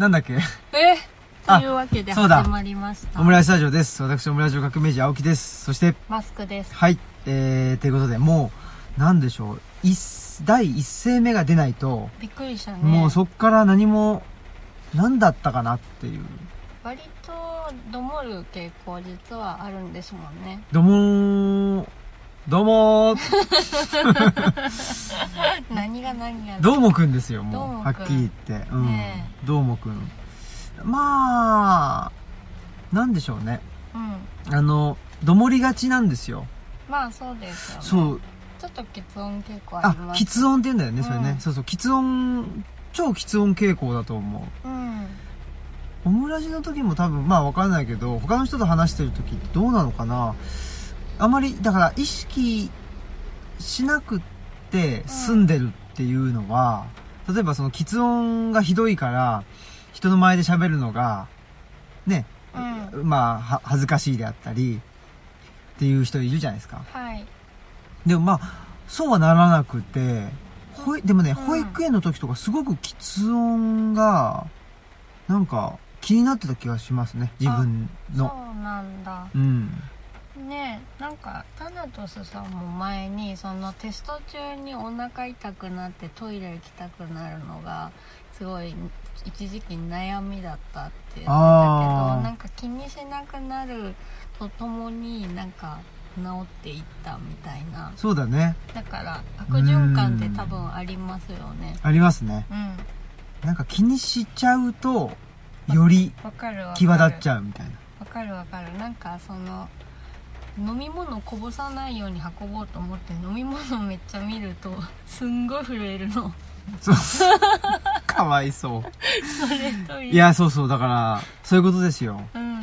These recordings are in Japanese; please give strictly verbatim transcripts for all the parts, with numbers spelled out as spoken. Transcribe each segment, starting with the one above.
なんだっけえというわけで始まりました。 オムライススタジオです。私、オムライス革命児青木です。そして、 マスクです。 はい。えー、ということで、もう、なんでしょう。一、第一声目が出ないと、 びっくりしたね。 もうそっから何も、何だったかなっていう。 割と、どもる傾向実はあるんですもんね。 どもー、どうもー。 何が何がどうもくんですよ、もう。はっきり言って。うん。ね、どうもくん。まあ、なんでしょうね。うん。あの、どもりがちなんですよ。 まあそうですよね。 そう。 ちょっと喫音傾向あります。 あ、喫音って言うんだよね、それね。うん、そうそう。喫音、超喫音傾向だと思う。うん。オムラジの時も多分、まあわかんないけど、他の人と話してる時ってどうなのかな。あまり、だから意識しなくって済んでるっていうのは、うん、例えばその喫音がひどいから、人の前で喋るのが、ね、うん、まあ、恥ずかしいであったり、っていう人いるじゃないですか。 はい。 でもまあ、そうはならなくて、ほい、でもね、うん、保育園の時とかすごく喫音が、なんか、気になってた気がしますね、自分の。 そうなんだ。 うん。 ねえ、なんかタナトスさんも前にそのテスト中にお腹痛くなってトイレ行きたくなるのがすごい一時期悩みだったって言ってたけど、なんか気にしなくなるとともになんか治っていったみたいな。 そうだね。 だから悪循環って多分ありますよね。 ありますね。うん。なんか気にしちゃうとより際立っちゃうみたいな。 わかるわかる。なんかその飲み物をこぼさないように運ぼうと思って飲み物めっちゃ見るとすんごい震えるの。 そうかわいそうそれといや、そうそう、だからそういうことですよ。うん、うん、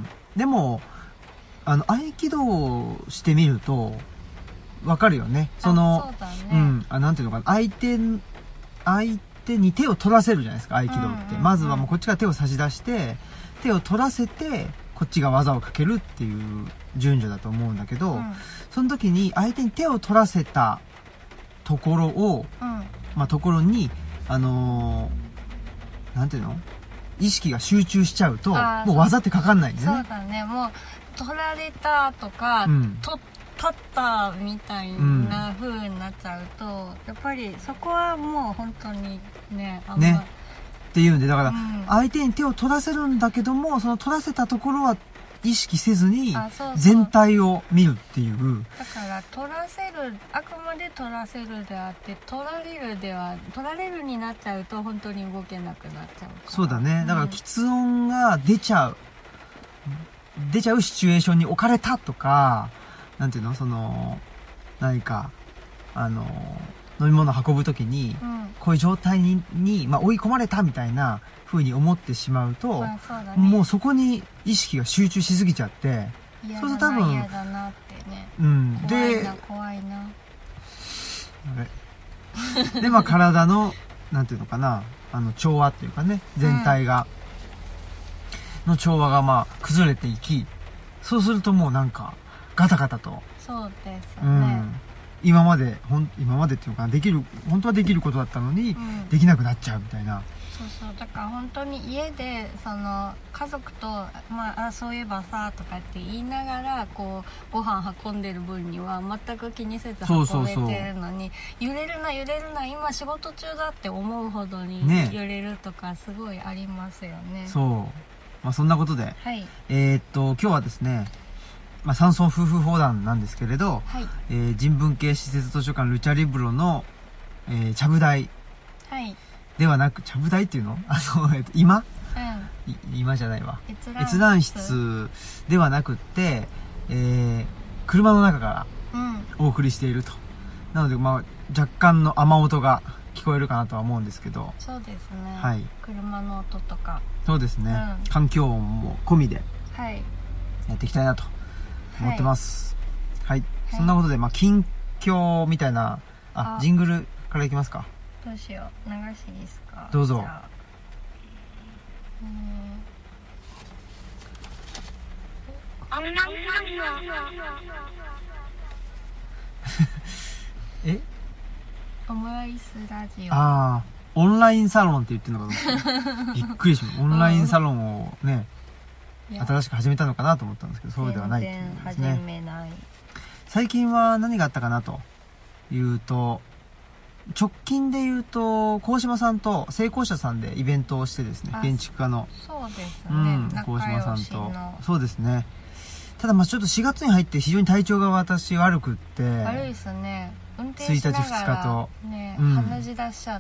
でもあの合気道してみるとわかるよね。その、 そうだね、 うん、あ、なんていうのかな、相手相手に手を取らせるじゃないですか、合気道って、うんうんうん、まずはもうこっちから手を差し出して手を取らせてこっちが技をかけるっていう順序だと思うんだけど、うん、その時に相手に手を取らせたところを、うん、まあところにあのー、なんていうの、意識が集中しちゃうともう技ってかかんないんだよね。 そうだね、もう取られたとか、うん、取ったみたいな風になっちゃうと、うん、やっぱりそこはもう本当にね、あんまねっていうんで、だから相手に手を取らせるんだけども、その取らせたところは意識せずに全体を見るっていう。 だから取らせる、あくまで取らせるであって取られるでは、取られるになっちゃうと本当に動けなくなっちゃうから。 そうだね。だから喫音が出ちゃう、うん、出ちゃうシチュエーションに置かれたとか、なんていうの、その何かあの飲み物を運ぶときに、うん、こういう状態に、にまあ、追い込まれたみたいな風に思ってしまうと、まあそうだね、もうそこに意識が集中しすぎちゃって、 そうすると多分嫌だなってね、 うん、 怖いな怖いな。 あれで、まあ体のなんていうのかな、あの調和っていうかね、全体が、うん、の調和がまあ崩れていき、そうするともうなんかガタガタと。 そうですね。うん、 今までほん今までっていうかできる本当はできることだったのに、うん、できなくなっちゃうみたいな。 そうそう、だから本当に家でその家族と、まあ、あそういえばさとかって言いながらこうご飯運んでる分には全く気にせず運べてるのに、揺れるな揺れるな今仕事中だって思うほどに揺れるとかすごいありますよね。 そう、まあ、そんなことで、 はい、 えー、っと今日はですね、まあ、山村夫婦砲弾なんですけれど、はい、えー、人文系施設図書館ルチャリブロの、えー、ちゃぶ台ではなく、ちゃぶ台っていうのあの、えー、今、うん、今じゃないわ、閲覧室ではなくって、えー、車の中からお送りしていると、うん、なので、まあ、若干の雨音が聞こえるかなとは思うんですけど。 そうですね、 はい、 車の音とか、 そうですね、うん、環境音も込みでやっていきたいなと思ってます。はい。はい、そんなことで、まあ、近況みたいな、あ、あジングルからいきますか。 どうしよう。流しいいですか。 どうぞ。え？ オムライスラジオ。 ああ、 オンラインサロンって言ってるのかと思ってびっくりしました。オンラインサロンをね、新しく始めたのかなと思ったんですけど、そうではないっていうですね。 全然始めない。 最近は何があったかなというと、直近で言うと、鴻島さんと成功者さんでイベントをしてですね、建築家の。 そうですね。 うん、鴻島さんと。そうですね。ただまあちょっとしがつに入って非常に体調が私悪くって。 悪いですね。運転しながらついたちふつかと。 ね、 うん、 鼻血出しちゃって。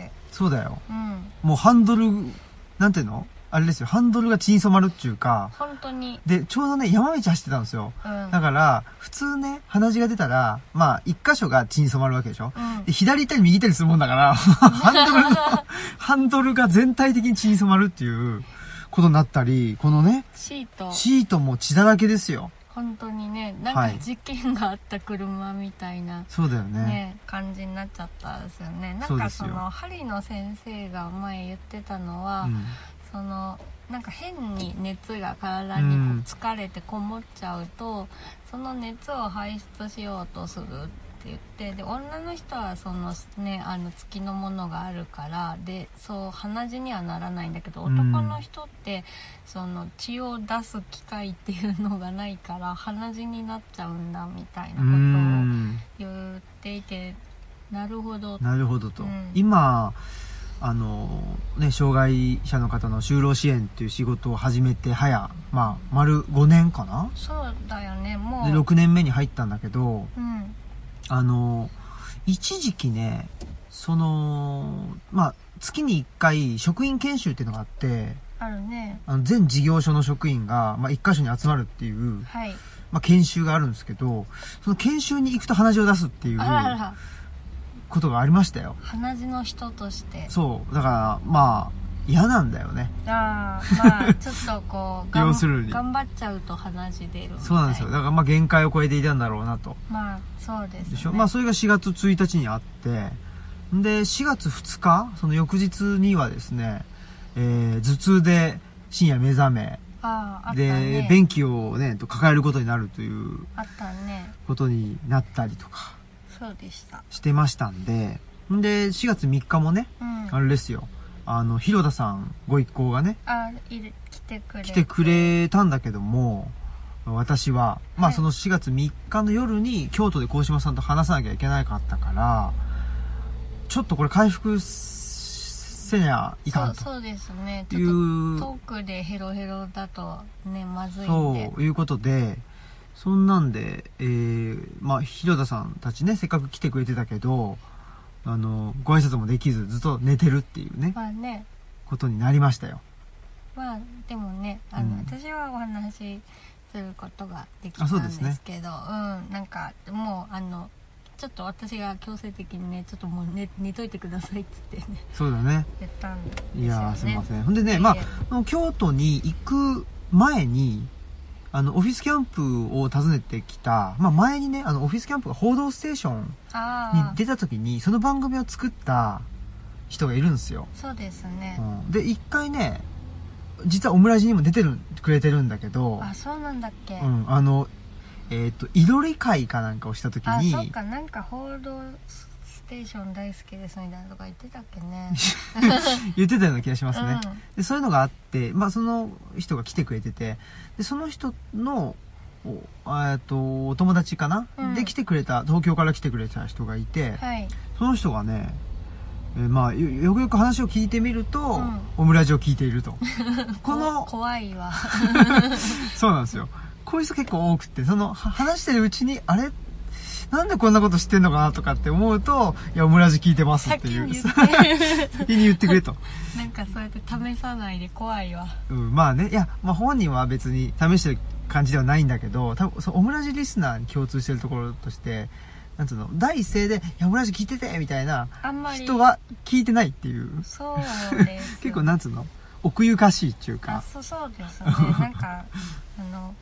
そうだよ。 うん。 もうハンドル、なんていうのあれですよ、ハンドルが血に染まるっていうか。 本当に。 で、ちょうどね、山道走ってたんですよ。うん、だから、普通ね、鼻血が出たら、まあ、一箇所が血に染まるわけでしょ。うん、で、左行ったり右行ったりするもんだから、ハンドルの、ハンドルが全体的に血に染まるっていうことになったり、このね、 シート。 シートも血だらけですよ。 本当にね、なんか事件があった車みたいな、はい、 そうだよね、 ね、感じになっちゃったですよね。なんかその針の先生が前言ってたのは、うん、そのなんか変に熱が体にこう疲れてこもっちゃうと、うん、その熱を排出しようとするって言って、で女の人はそのね、あの月のものがあるからで、そう鼻血にはならないんだけど、男の人ってその血を出す機会っていうのがないから鼻血になっちゃうんだみたいなことを言っていて、なるほどなるほどと、うん、今あのね、障害者の方の就労支援っていう仕事を始めて早、まあ、丸ごねんかな。 そうだよね、もうでろくねんめに入ったんだけど、 うん、 あの一時期ね、そのまあ月にいっかい職員研修っていうのがあって、 あるね、 あの全事業所の職員が、まあ、一箇所に集まるっていう、 はい、 まあ、研修があるんですけど、その研修に行くと鼻血を出すっていうことがありましたよ。 鼻血の人として。 そうだからまあ嫌なんだよね。 ああ、まあちょっとこう要するに頑張っちゃうと鼻血出るみたいな。 そうなんですよ。だからまあ限界を超えていたんだろうなと。 まあそうですね。 でしょ。まあそれがしがつついたちにあって、でしがつふつか、その翌日にはですね、えー、頭痛で深夜目覚め、 ああ、あったね、で便器をね抱えることになるというあったね、 ことになったりとか、 そうでしたしてましたんで、でしがつみっかもね、うん、あれですよ、あの広田さんご一行がね、 あいる来てくれ来てくれたんだけども、私は、まあそのしがつみっかの夜に京都で鴻島さんと話さなきゃいけなかったから、ちょっとこれ回復せにゃいかんと。 そう、そうですね。ちょっとトークでヘロヘロだとね、まずいんで。 そういうことで、そんなんで、えー、まあ広田さんたちね、せっかく来てくれてたけど、あのご挨拶もできずずっと寝てるっていうね、 まあね、 ことになりましたよ。 まあでもね、あの、うん、私はお話しすることができたんですけど、う、ね、うん、なんかもうあのちょっと私が強制的にね、ちょっともう 寝, 寝といてくださいっつってね、 そうだね、 言ったんですよね。 いやーすみません。ほんでね、まあ京都に行く前にあのオフィスキャンプを訪ねてきた、まあ前にね、あのオフィスキャンプが報道ステーションに出た時にその番組を作った人がいるんですよ。 そうですね、 うん、で一回ね、実はオムラジにも出てるくれてるんだけど、 あ、そうなんだっけ、 うん、あのえっといろり会かなんかをした時に、 あ、そっか、なんか報道ステーション大好きですみたいなとか言ってたっけね言ってたような気がしますね、 うん、 でそういうのがあって、まあその人が来てくれてて、でその人のえっとお友達かな、うん、で来てくれた、東京から来てくれた人がいて、 はい、 その人がね、えー、まあ よ, よくよく話を聞いてみると、うん、オムラジを聞いているとこの怖いわそうなんですよ。こういう人結構多くて、その話してるうちに、あれなんでこんなこと知ってんのかなとかって思うと、いやオムラジ聞いてますっていう、先に言ってくれとなんかそうやって試さないで怖いわ、 うん、まあね、いや、まあ、本人は別に試してる感じではないんだけど、多分そのオムラジリスナーに共通してるところとして、なんつうの、第一声で「いやオムラジ聞いてて」みたいな人は聞いてないっていう、 そうです結構なんつうの、奥ゆかしいっていうか、 あ、そうそうですねなんかあの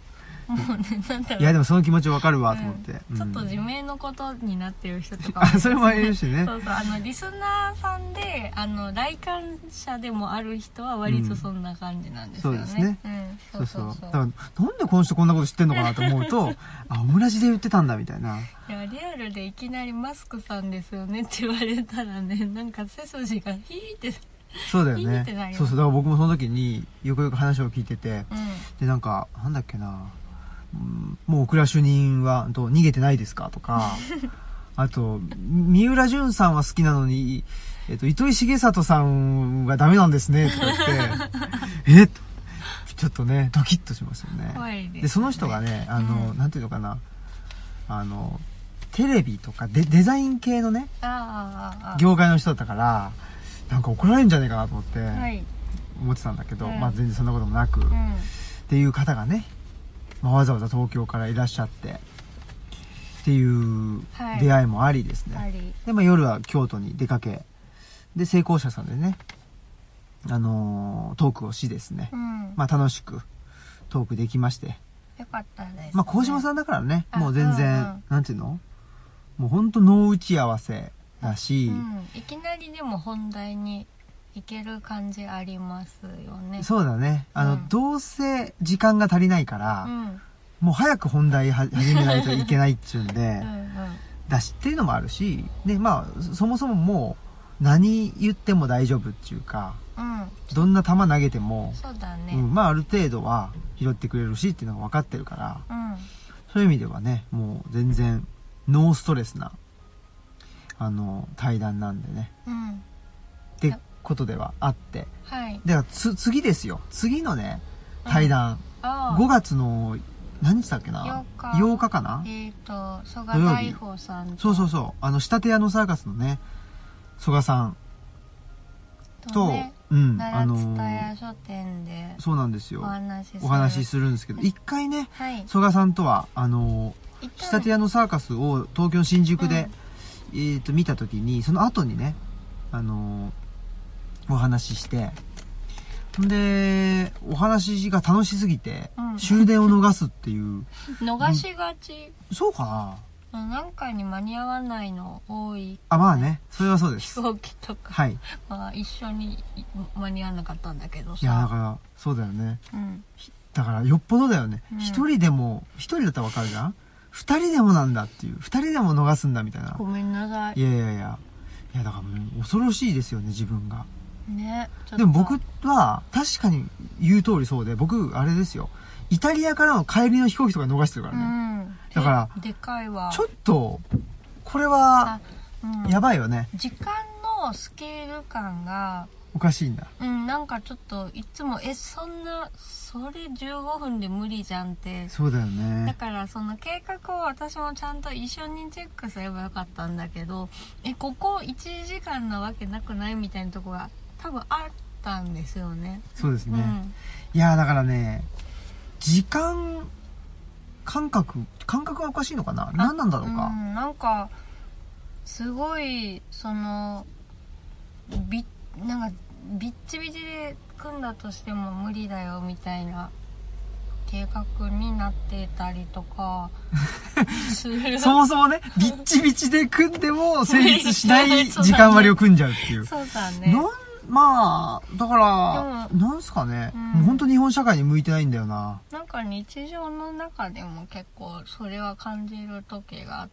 もうね、なんだろう。 いやでもその気持ちわかるわと思って、 うん、ちょっと自明のことになってる人とかも、あ、それもいるしね。 そうそう、あのリスナーさんであの来館者でもある人は割とそんな感じなんですよね、 うん、そうですね、 うん、 そうそうそう。だからなんでこの人こんなこと知ってんのかなと思うとあ、オムラジで言ってたんだみたいな。 いやリアルでいきなりマスクさんですよねって言われたらね、なんか背筋がヒーってそうだよね。そうそう、だから僕もその時によくよく話を聞いてて、うん、でなんかなんだっけな、うん、もうオクラ主任はと逃げてないですかとかあと三浦淳さんは好きなのに、えっと、糸井重里さんがダメなんですねとか言ってえっとちょっとねドキッとしますよね。 怖いですね。 でその人がね、あの、うん、なんていうのかな、あのテレビとか デ, デザイン系のね業界の人だったから、なんか怒られるんじゃないかなと思って思ってたんだけど、はい、まあ全然そんなこともなく、うん、っていう方がね、まあ、わざわざ東京からいらっしゃってっていう出会いもありですね、はい、で、まあ、夜は京都に出かけで成功者さんでね、あのー、トークをしですね、うん、まあ楽しくトークできまして、 よかったです、ね、 まあ鴻島さんだからね、もう全然、うんうん、なんていうの、もうほんと脳打ち合わせだし、うん、 いきなりでも本題にいける感じありますよね。 そうだね、あの、うん、どうせ時間が足りないから、うん、もう早く本題は始めないといけないっちゅうんでうん、うん、だしっていうのもあるし、でまあそもそももう何言っても大丈夫っていうか、うん、どんな球投げてもそうだね、 うん、まあある程度は拾ってくれるしっていうのが分かってるから、うん、そういう意味ではね、もう全然ノーストレスなあの対談なんでね、うん、ってことではあって、はい、ではつ次ですよ、次のね対談、うん、ごがつの何日だっけな、 ようか、 ようかかな、 えっ、ー、と曽我大宝さんと、 そうそうそう、あの仕立て屋のサーカスのね曽我さんと、ね、うん、 あの蔦屋書店でそうなんですよ、 お話しするお話しするんですけど、一回ね、はい、曽我さんとはあの仕立て屋のサーカスを東京新宿で、うん、えー、と見た時に、その後にね、あのお話しして、でお話が楽しすぎて、うん、終電を逃すっていう逃しがち、 そうかな、 なんかに間に合わないの多い。 あ、まあね、それはそうです。 飛行機とか、 はい、 まあ、一緒に間に合わなかったんだけどさ。 いやだからそうだよね、うん、だからよっぽどだよね、一、うん、人でも一人だったらわかるじゃん、二人でもなんだっていう、二人でも逃すんだみたいな。 ごめんなさい。 いやいやいやいや、だからもう恐ろしいですよね、自分がね。 でも僕は確かに言う通りそうで、僕あれですよ、イタリアからの帰りの飛行機とか逃してるからね、うん、だからでかいわ、 ちょっとこれはやばいよね、 うん、時間のスケール感がおかしいんだ。 うん、なんかちょっといつもえそんなそれじゅうごふんで無理じゃんって。 そうだよね。 だからその計画を私もちゃんと一緒にチェックすればよかったんだけど、えここいちじかんなわけなくないみたいなとこが多分あったんですよね。 そうですね、うん、いやだからね、時間感覚感覚がおかしいのかな、何なんだろうか、 うん、なんかすごいそのびなんかビッチビチで組んだとしても無理だよみたいな計画になってたりとかするそもそもね、ビッチビチで組んでも成立しない時間割を組んじゃうっていう。 そうだね。 なんまあだからなんすかね、うん、もう本当日本社会に向いてないんだよな。 なんか日常の中でも結構それは感じる時があって、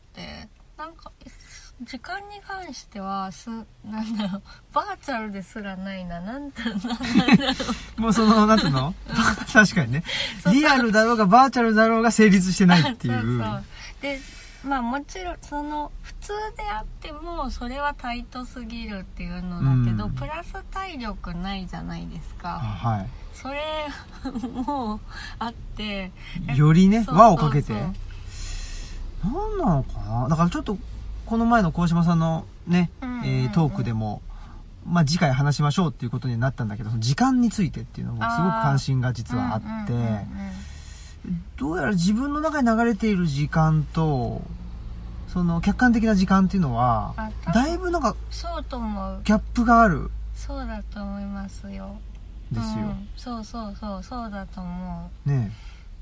なんか時間に関してはすなんだろう、バーチャルですらないな、なんてなんだろうもうそのなんていうの確かにね、リアルだろうがバーチャルだろうが成立してないっていう。そうそうでまあもちろんその普通であってもそれはタイトすぎるっていうのだけど、うん、プラス体力ないじゃないですか。はい。それもあってよりね輪をかけて、なんなのかな。だからちょっとこの前の鴻島さんのね、うんうんうん、えー、トークでも、まあ、次回話しましょうっていうことになったんだけど、その時間についてっていうのもすごく関心が実はあって、うんうんうんうん、どうやら自分の中に流れている時間とその客観的な時間っていうのはだいぶなんかそうと思う、 ギャップがある。 そうだと思いますよ。 ですよ、うん、そうそうそうそうだと思うね。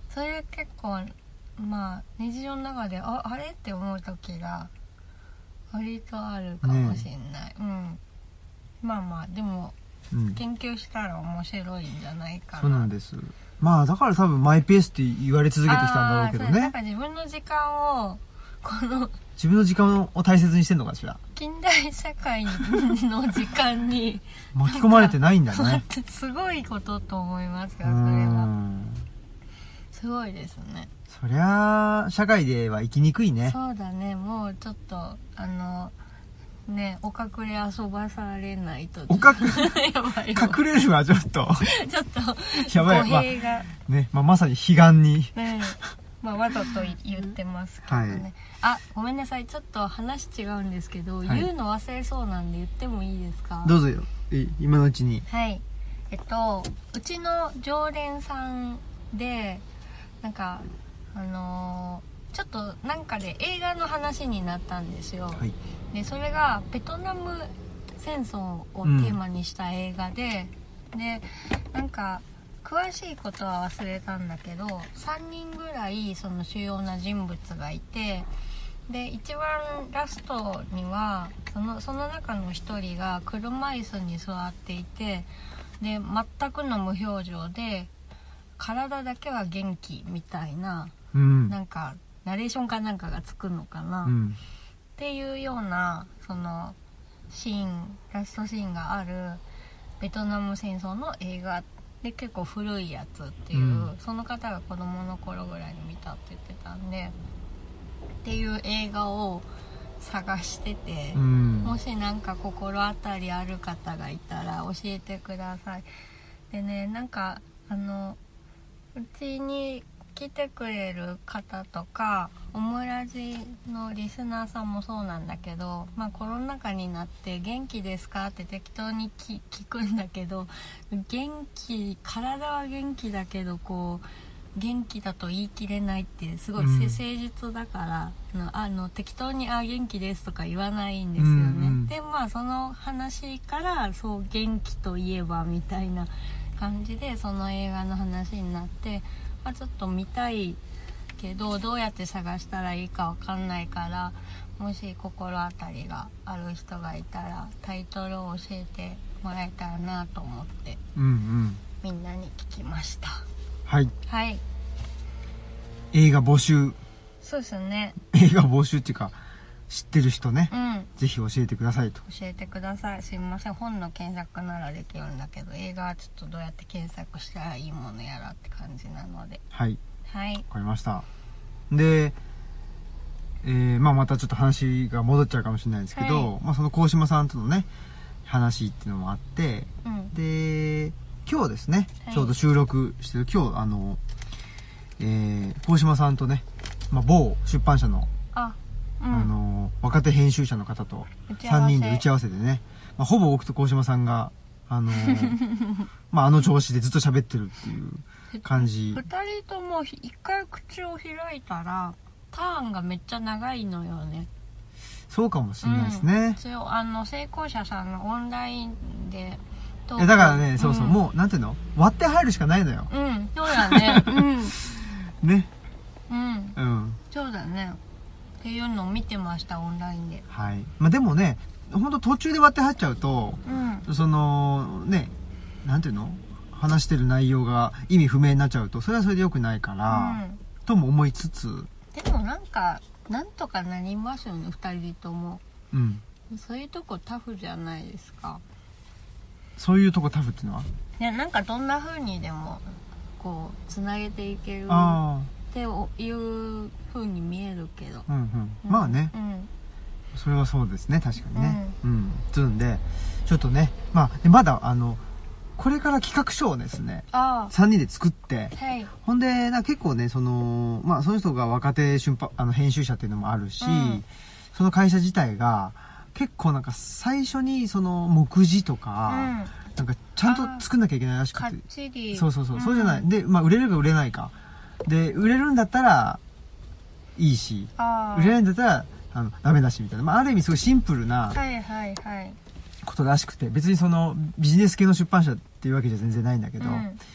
それ結構まあ日常の中でああれって思う時が割とあるかもしれない、ね、うんまあまあでも、うん、研究したら面白いんじゃないかな。 そうなんです。まあだから多分マイペースって言われ続けてきたんだろうけどね。 なんか自分の時間をこの自分の時間を大切にしてんのかしら。 近代社会の時間に巻き込まれてないんだね。 すごいことと思いますよ、それは。すごいですね。 そりゃあ社会では生きにくいね。 そうだね。もうちょっとあのね、お隠れ遊ばされないと。 おかくやばい隠れるはちょっとちょっとやばい。 語弊が、 まあ、ね、まあ、まさに悲願に、 ね、まあ、わざと言ってますけどね、はい、あ、ごめんなさい、ちょっと話違うんですけど、はい、言うの忘れそうなんで言ってもいいですか？ どうぞよ、今のうちに。 はい、えっとうちの常連さんでなんかあのーちょっとなんかで映画の話になったんですよ、はい、でそれがベトナム戦争をテーマにした映画で、うん、でなんか詳しいことは忘れたんだけどさんにんぐらいその主要な人物がいて、で一番ラストにはその、その中のひとりが車椅子に座っていて、で全くの無表情で体だけは元気みたいな、うん、なんかナレーションかなんかがつくのかな、うん、っていうようなそのシーン、ラストシーンがあるベトナム戦争の映画で結構古いやつっていう、うん、その方が子供の頃ぐらいに見たって言ってたんでっていう映画を探してて、うん、もしなんか心当たりある方がいたら教えてください。でね、なんかあのうちに来てくれる方とかオムラジのリスナーさんもそうなんだけど、まあコロナ禍になって元気ですかって適当に聞くんだけど、元気、体は元気だけどこう元気だと言い切れないってすごい誠実だから、うん、あの適当にあ元気ですとか言わないんですよね、うんうん、でまあその話からそう元気といえばみたいな感じでその映画の話になって、まあ、ちょっと見たいけどどうやって探したらいいかわかんないから、もし心当たりがある人がいたらタイトルを教えてもらえたらなと思って、うんうん、みんなに聞きました。 はい、 はい、 映画募集。 そうですね、 映画募集っていうか知ってる人ね、 うん、 ぜひ教えてくださいと。 教えてください。すいません、本の検索ならできるんだけど映画はちょっとどうやって検索したらいいものやらって感じなので。 はいはい、 わかりました。で、えーまあ、またちょっと話が戻っちゃうかもしれないですけど、はい、まあ、その鴻島さんとのね話っていうのもあって、うん、で今日ですね、はい、ちょうど収録してる今日あの、えー、鴻島さんとね、まあ、某出版社のあうん、あの若手編集者の方とさんにんで打ち合わせでね、まあ、ほぼ僕と鴻島さんがあのまああの調子でずっと喋ってるっていう感じ。 ふたりとも一回口を開いたらターンがめっちゃ長いのよね。 そうかもしれないですね、 うん、あの成功者さんのオンラインでだからね、うん、そうそう、もうなんていうの割って入るしかないのよ。 うんそうだねうんねうんうんそうだねっていうのを見てました、オンラインで。 はい。まあでもね、本当途中で割って入っちゃうと、うん、そのね、なんていうの話してる内容が意味不明になっちゃうと、それはそれで良くないから、うん、とも思いつつ。 でもなんか、なんとかなりますよね、二人とも。うん。そういうとこタフじゃないですか。 そういうとこタフっていうのは？ いや、なんかどんな風にでも、こう、つなげていける。ああ。っていう風に見えるけど、 うんうん、まあね、うん、それはそうですね、確かにね、うん、うん、つうんでちょっとね、まあまだあのこれから企画書をですねさんにんで作って、はい、ほんでな結構ねそのまあその人が若手瞬発あの編集者っていうのもあるし、うん、その会社自体が結構なんか最初にその目次とか、うん、なんかちゃんと作んなきゃいけないらしくて、かっちりそうそうそう、うん、そうじゃないで、まあ売れるか売れないかで、売れるんだったらいいし、売れないんだったらあのダメだしみたいな、まあ、ある意味すごいシンプルなことらしくて、別にそのビジネス系の出版社っていうわけじゃ全然ないんだけど、うん、っ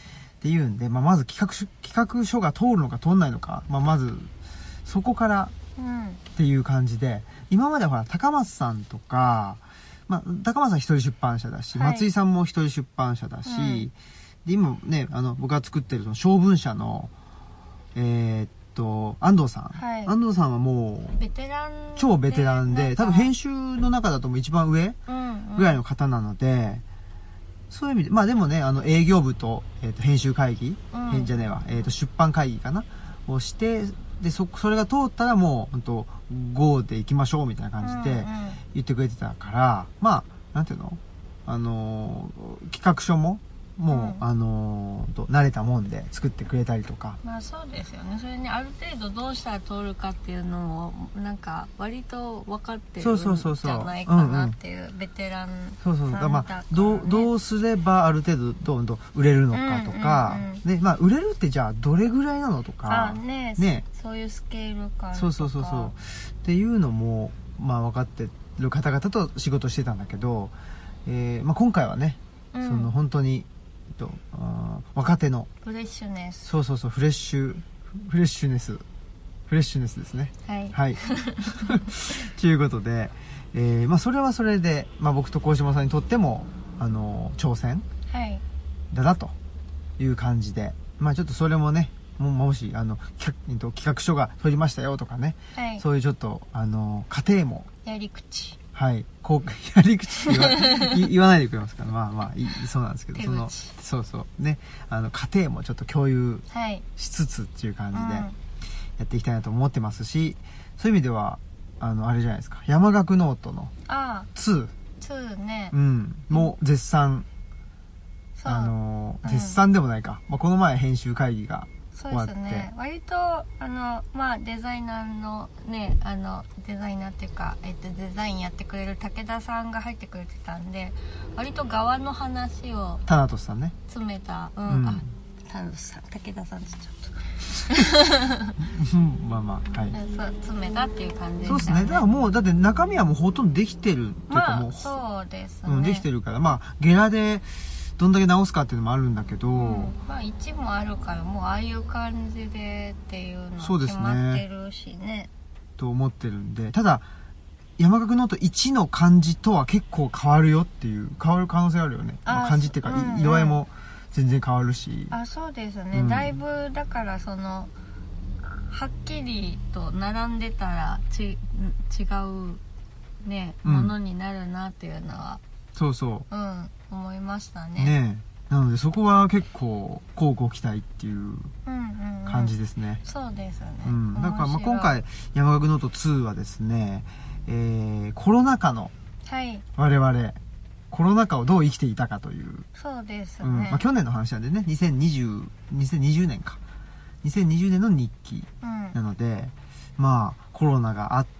っていうんで、まあ、まず企画書、企画書が通るのか通んないのか、まあ、まず、そこからっていう感じで、今までほら、高松さんとか、まあ、高松さん一人出版社だし、はい、松井さんも一人出版社だし、うん、で、今ね、あの、僕が作ってるその小文社の、えー、っと、安藤さん、はい。安藤さんはもう、 ベテラン。 超ベテランで、多分編集の中だともう一番上ぐらいの方なので、うんうん、そういう意味で、まあでもね、あの、営業部と、えー、と編集会議、うん、編じゃねえわ、えー、と出版会議かなをして、で、そ、それが通ったらもう、ほんと、ゴーで行きましょうみたいな感じで言ってくれてたから、うんうん、まあ、なんていうのあのー、企画書も、もう、うん、あのー、と、慣れたもんで作ってくれたりとか。 まあそうですよね。それにある程度どうしたら通るかっていうのを、なんか、割と分かってるんじゃないかなっていう、ベテランさんだから、ね。そうそうそう。まあ、 どう、どうすればある程度どんどん売れるのかとか、うんうんうん、で、まあ、売れるってじゃあどれぐらいなのとか。 あ、ねね。そういうスケール感とか。 そうそうそうそう。っていうのも、まあ分かってる方々と仕事してたんだけど、えー、まあ今回はね、うん、その本当に、とあ若手のフレッシュネス、 そうそうそう、フレッシュフレッシュネスフレッシュネスですね。 はいはいということで、えー、まあそれはそれで、まあ、僕と鴻島さんにとってもあの挑戦だなという感じで、まあちょっとそれもね、も, もしあの企画書が取りましたよとかね、はい、そういうちょっとあの過程もやり口、 はい、こうやり口って言 わ, 言わないでくれますから、まあまあいそうなんですけど、そのそうそうね、あの過程もちょっと共有しつつっていう感じでやっていきたいなと思ってますし、そういう意味ではあのあれじゃないですか、山岳ノートのツー、 ツーね、 うん、もう絶賛、あの、うん、絶賛でもないか、まあ、この前編集会議がそうですね、割とあの、まあ、デザイナーのね、あのデザイナーっていうか、えっと、デザインやってくれる武田さんが入ってくれてたんで、割と側の話をタナトスさんね詰めた、うん、うん、あ、タナトスさん、武田さんってちょっとまあまあ、はい、 そう詰めたっていう感じでしたね。 そうですね。だからもうだって中身はもうほとんどできてるっていうか、もう、 まあ、そうですね、 うん、できてるから、まあゲラでどんだけ直すかっていうのもあるんだけど、うん、 まあいちもあるから、もうああいう感じでっていうのは決まってるし ね, ねと思ってるんで、ただ山岳ノートいちの漢字とは結構変わるよっていう、変わる可能性あるよね。まあ、漢字っていうか、うんうん、色合いも全然変わるし、 あ、そうですね、うん、だいぶだからそのはっきりと並んでたらち違うね、うん、ものになるなっていうのは、 そうそう、 うん、思いましたね。 ねえ、なのでそこは結構乞うご期待っていう感じですね。うんうんうん、 そうですね。 うん、だからまあ今回山岳ノートツーはですね、えー、コロナ禍の我々、はい、コロナ禍をどう生きていたかという。 そうですね。 うん、まあ、去年の話なんでね、にせんにじゅう、にせんにじゅうねんか。にせんにじゅうねんの日記なので、うん、まあコロナがあって、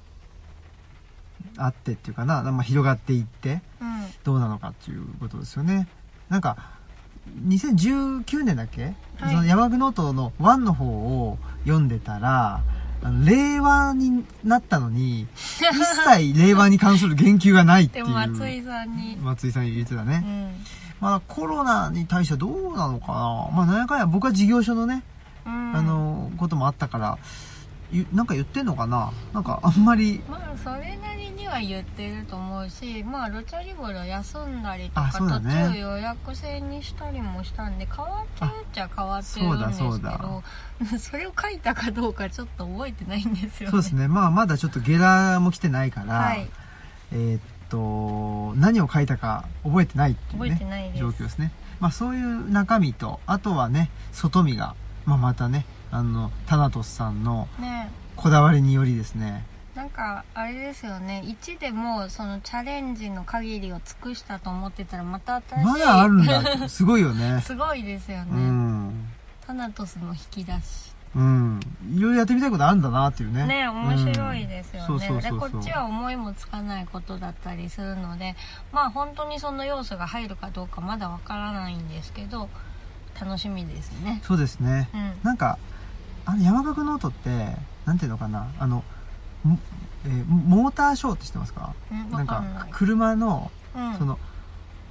あってっていうかな、まあ、広がっていってどうなのかっていうことですよね。なんかにせんじゅうきゅうねんだっけ、はい、その山岳ノートのワンの方を読んでたら、あの令和になったのに一切令和に関する言及がないっていうでも松井さんに松井さん言ってたね、うん、まあコロナに対してはどうなのかな、まあ何やかんや僕は事業所のね、うん、あのこともあったからなんか言ってんのかな、なんかあんまり、 まあそれなりには言ってると思うし、まあルチャリブロ休んだりとか、ね、途中予約制にしたりもしたんで変わってるっちゃ変わってるんですけど、 そうだそうだそれを書いたかどうかちょっと覚えてないんですよね。 そうですね、まあまだちょっとゲラも来てないから、はい、えー、っと何を書いたか覚えてないっていうね、 覚えてないです、 状況ですね。まあそういう中身と、あとはね外見が、まあ、またねあのタナトスさんのこだわりによりですね、ね、 なんかあれですよね、いちでもそのチャレンジの限りを尽くしたと思ってたら、また新しいまだあるんだすごいよねすごいですよね、 うん、 タナトスの引き出し、 うん、いろいろやってみたいことあるんだなっていうね。 ね、面白いですよね。で、こっちは思いもつかないことだったりするので、まあ本当にその要素が入るかどうかまだわからないんですけど、楽しみですね。 そうですね。うん、なんかあの山岳ノートってなんていうのかな、あの、えー、モーターショーって知ってますか？ うん、 なんか車の、うん、その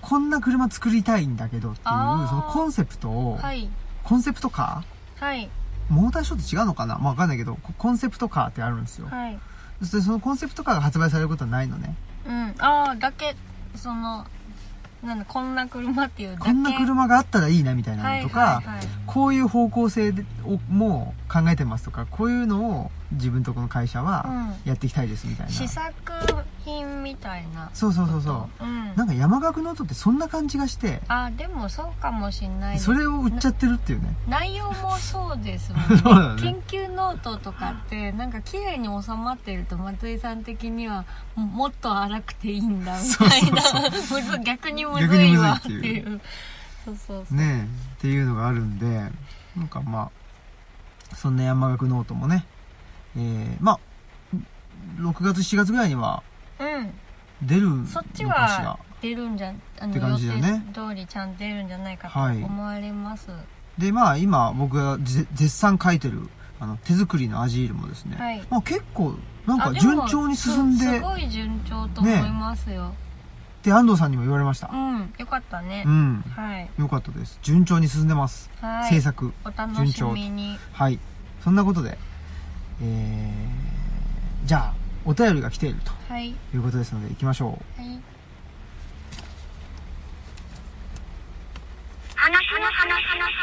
こんな車作りたいんだけどっていう、そのコンセプトを、 はい、 コンセプトカー、はい、 モーターショーって違うのかな、まあ、わかんないけど、コンセプトカーってあるんですよ。 はい。 そしてそのコンセプトカーが発売されることはないのね。 うん。ああ、だけ、その、なんだ、こんな車っていうだけ。 こんな車があったらいいなみたいなのとか、はいはいはい、こういう方向性でも考えてますとか、こういうのを自分とこの会社はやっていきたいですみたいな。 試作品みたいな。 そうそうそうそう。うん、なんか山岳ノートってそんな感じがして。 あ、でもそうかもしんない。 それを売っちゃってるっていうね。 内容もそうですもんね。そうだね。研究ノートとかって、なんか綺麗に収まってると松井さん的にはもっと荒くていいんだみたいな。そうそうそう逆にむずいわっていう。そうそうそう。 ねえ、っていうのがあるんで、なんかまあ、そんな山岳ノートもね、えー、まあ、ろくがつしちがつぐらいには、うん。出るのかしら。 そっちは出るんじゃ、あの、って感じだよね。予定通りちゃんと出るんじゃないかと思われます。はい、 で、まあ今僕が絶賛書いてる、あの、手作りのアジールもですね、はい、まあ結構、なんか順調に進んで。 すごい順調と思いますよ。ね、 で、安藤さんにも言われました。 うん、よかったね。 うん。はい。よかったです。順調に進んでます。はい。制作。 お楽しみに。 はい。そんなことで、えー、じゃあ、お便りが来ていると。はい。いうことですので、行きましょう。はい。話の話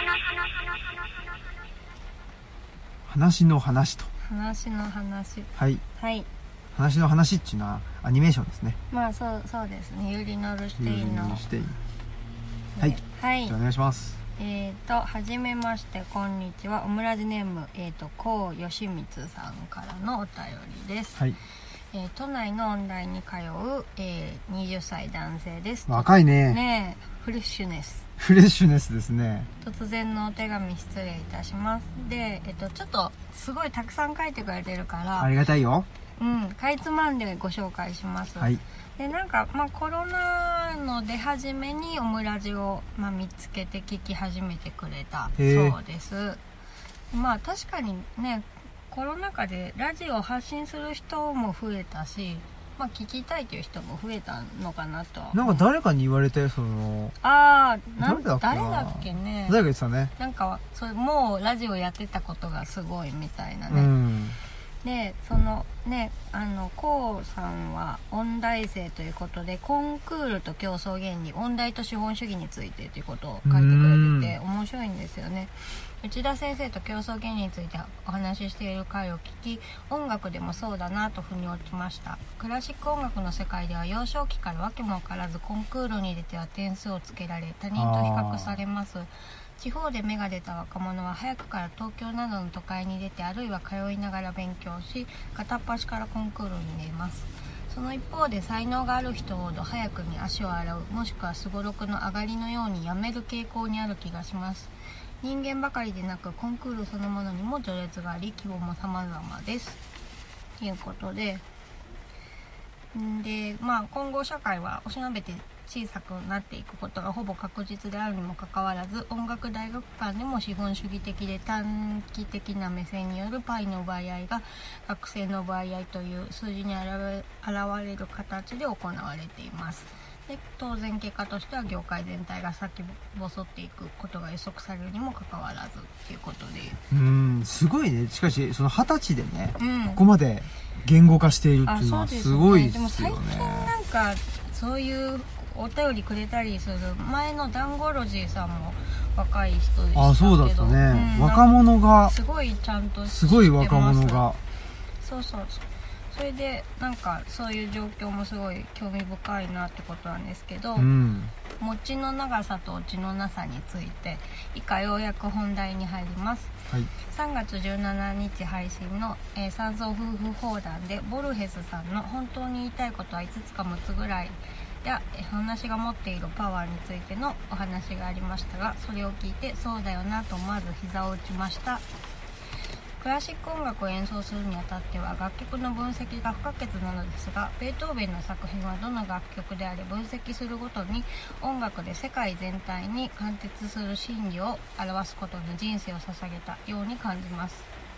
話の話と。 話の話。 はい。 はい。 話の話っていうのはアニメーションですね。 まあそうそうですね。ユリノルシュテインの。ユリノルシュテイン。 はい。はい。じゃあお願いします。 えっとはじめましてこんにちは。オムラジネームえっ、ー、とこうよしみつさんからのお便りです。はい。えー、都内の音大に通う、えー、はたち男性です。 若いね。 ねえ、フレッシュネス。 フレッシュネスですね。 突然のお手紙失礼いたします。で、えっとちょっとすごいたくさん書いてくれてるから。 ありがたいよ。 うん、かいつまんでご紹介します。はい。で、なんか、まあ、コロナの出始めにオムラジを、まあ、見つけて聞き始めてくれたそうです。まあ、確かにね、コロナ禍でラジオを発信する人も増えたし、まあ、聞きたいという人も増えたのかなとは。 なんか誰かに言われて、その、 ああ、誰だっけ誰だっけね。 誰が言ってたね。 なんか、それもうラジオやってたことがすごいみたいなね。うん、でそのねあのこうさんは音大生ということでコンクールと競争原理音大と資本主義についてということを書いてくれてて面白いんですよね。内田先生と競争原理についてお話ししている回を聞き音楽でもそうだなと腑に落ちました。クラシック音楽の世界では幼少期から訳も分からずコンクールに出ては点数をつけられ他人と比較されます。地方で芽が出た若者は早くから東京などの都会に出てあるいは通いながら勉強し片っ端からコンクールに出ます。その一方で才能がある人ほど早くに足を洗うもしくはすごろくの上がりのようにやめる傾向にある気がします。人間ばかりでなくコンクールそのものにも序列があり規模も様々ですということでんで、まあ、今後社会はおしなべて小さくなっていくことがほぼ確実であるにもかかわらず音楽大学間でも資本主義的で短期的な目線によるパイの奪い合いが学生の奪い合いという数字に現れる形で行われています。で当然結果としては業界全体が先細っていくことが予測されるにもかかわらずということでうーんすごいね。しかしその二十歳でね、うん、ここまで言語化しているっていうのはすごいですよね。 でも最近なんかそういうお便りくれたりする前のダンゴロジーさんも若い人でしたけどあそうだったね、うん、若者がすごいちゃんとすごい若者がそうそうそうそれでなんかそういう状況もすごい興味深いなってことなんですけど、うん、餅の長さとオチのなさについて以下ようやく本題に入ります、はい、さんがつじゅうしちにち配信の、えー、山荘夫婦砲弾でボルヘスさんの本当に言いたいことはいつつかむつぐらいや話が持っているパワーについてのお話がありましたがそれを聞いてそうだよなと思わず膝を打ちました。クラシック音楽を演奏するにあたっては楽曲の分析が不可欠なのですがベートーベンの作品はどの楽曲であれ分析するごとに音楽で世界全体に貫徹する真理を表すことに人生を捧げたように感じます。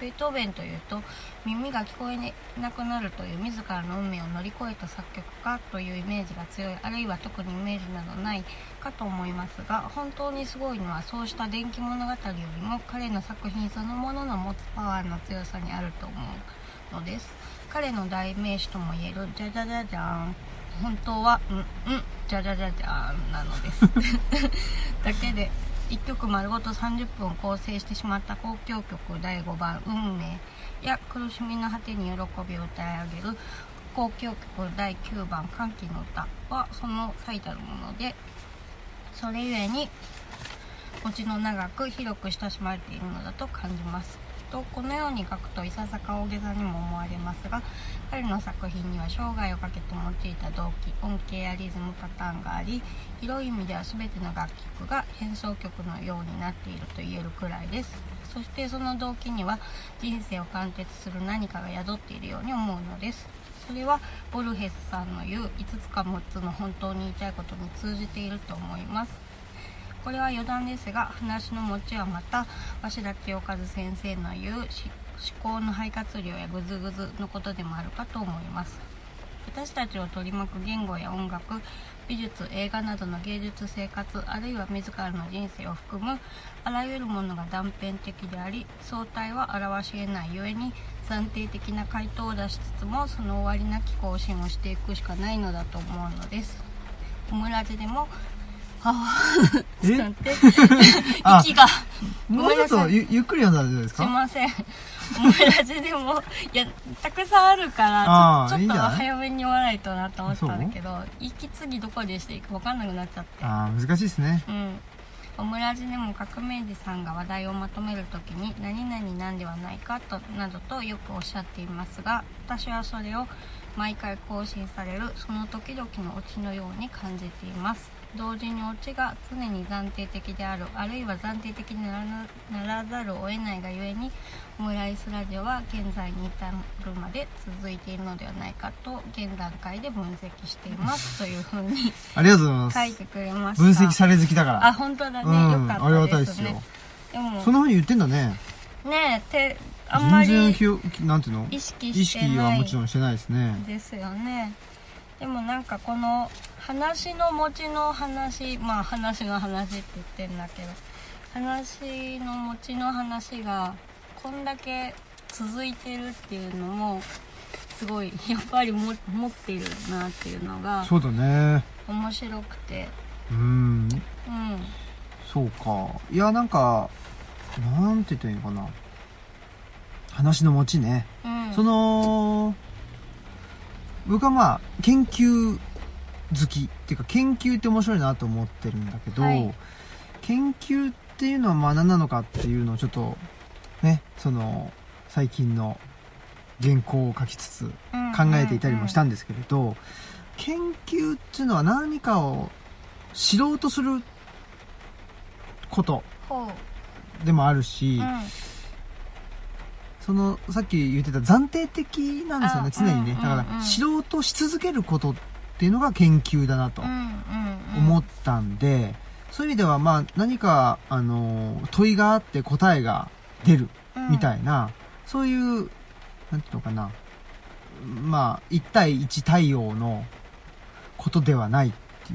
ベートーベンというと耳が聞こえなくなるという自らの運命を乗り越えた作曲家というイメージが強い、あるいは特にイメージなどないかと思いますが、本当にすごいのはそうした伝記物語よりも彼の作品そのものの持つパワーの強さにあると思うのです。彼の代名詞ともいえるじゃじゃじゃじゃーん、本当はんんじゃじゃじゃじゃーんなのですだけでいっきょく丸ごとさんじゅっぷんを構成してしまった交響曲だいごばん運命や苦しみの果てに喜びを歌い上げる交響曲だいきゅうばん歓喜の歌はその最たるもので、それゆえに持ちの長く広く親しまれているのだと感じますと、このように書くといささか大げさにも思われますが、彼の作品には生涯をかけて用いた動機、音形やリズムパターンがあり、広い意味では全ての楽曲が変奏曲のようになっていると言えるくらいです。そしてその動機には人生を貫徹する何かが宿っているように思うのです。それはボルヘスさんの言ういつつかむっつの本当に言いたいことに通じていると思います。これは余談ですが、話の持ちはまた鷲田清和先生の言う思考の肺活量やグズグズのことでもあるかと思います。私たちを取り巻く言語や音楽、美術、映画などの芸術生活、あるいは自らの人生を含むあらゆるものが断片的であり、相対は表し得ないゆえに暫定的な回答を出しつつもその終わりなき更新をしていくしかないのだと思うのです。オムラジでもはぁちょっと待って息がもうちょっと ゆ, ゆっくり読んだら大丈夫ですか？ すいません。オムラジでもいやたくさんあるからちょっと早めに読まないとなと思ったんだけど、息継ぎどこでしていいか分かんなくなっちゃって、 あー難しいですね。 うんオムラジでも革命児さんが話題をまとめるときに何々なんではないかとなどとよくおっしゃっていますが、私はそれを毎回更新されるその時々のオチのように感じています。同時にオチが常に暫定的である、あるいは暫定的にな ら, ならざるを得ないがゆえに、オムライスラジオは現在に至るまで続いているのではないかと現段階で分析していますというふうにありがとうございます。 書いてくれました。 分析され好きだから。 あ、本当だね、うん、よかったですね。 ありがたいですよ。でもそんなふうに言ってんだね。 ねえてあんまり全然なんていうの意識してない意識はもちろんしてないですね。 ですよね。でもなんかこの話の持ちの話、まあ話の話って言ってんだけど、話の持ちの話がこんだけ続いてるっていうのもすごいやっぱりも持ってるなっていうのがそうだね、 面白くて、 うん、うん、そうか。いやなんかなんて言ったらいいのかな、話の持ちね、うん、その僕はまあ研究好きっていうか研究って面白いなと思ってるんだけど、はい、研究っていうのはまあ何なのかっていうのをちょっとね、その最近の原稿を書きつつ考えていたりもしたんですけれど、うんうんうん、研究っていうのは何かを知ろうとすることでもあるし、うん、そのさっき言ってた暫定的なんですよね、常にね。だから知ろうとし続けることっていうのが研究だなと思ったんで、そういう意味ではまあ何かあの問いがあって答えが出るみたいな、そういうなんていうのかな、まあ一対一対応のことではないっていう、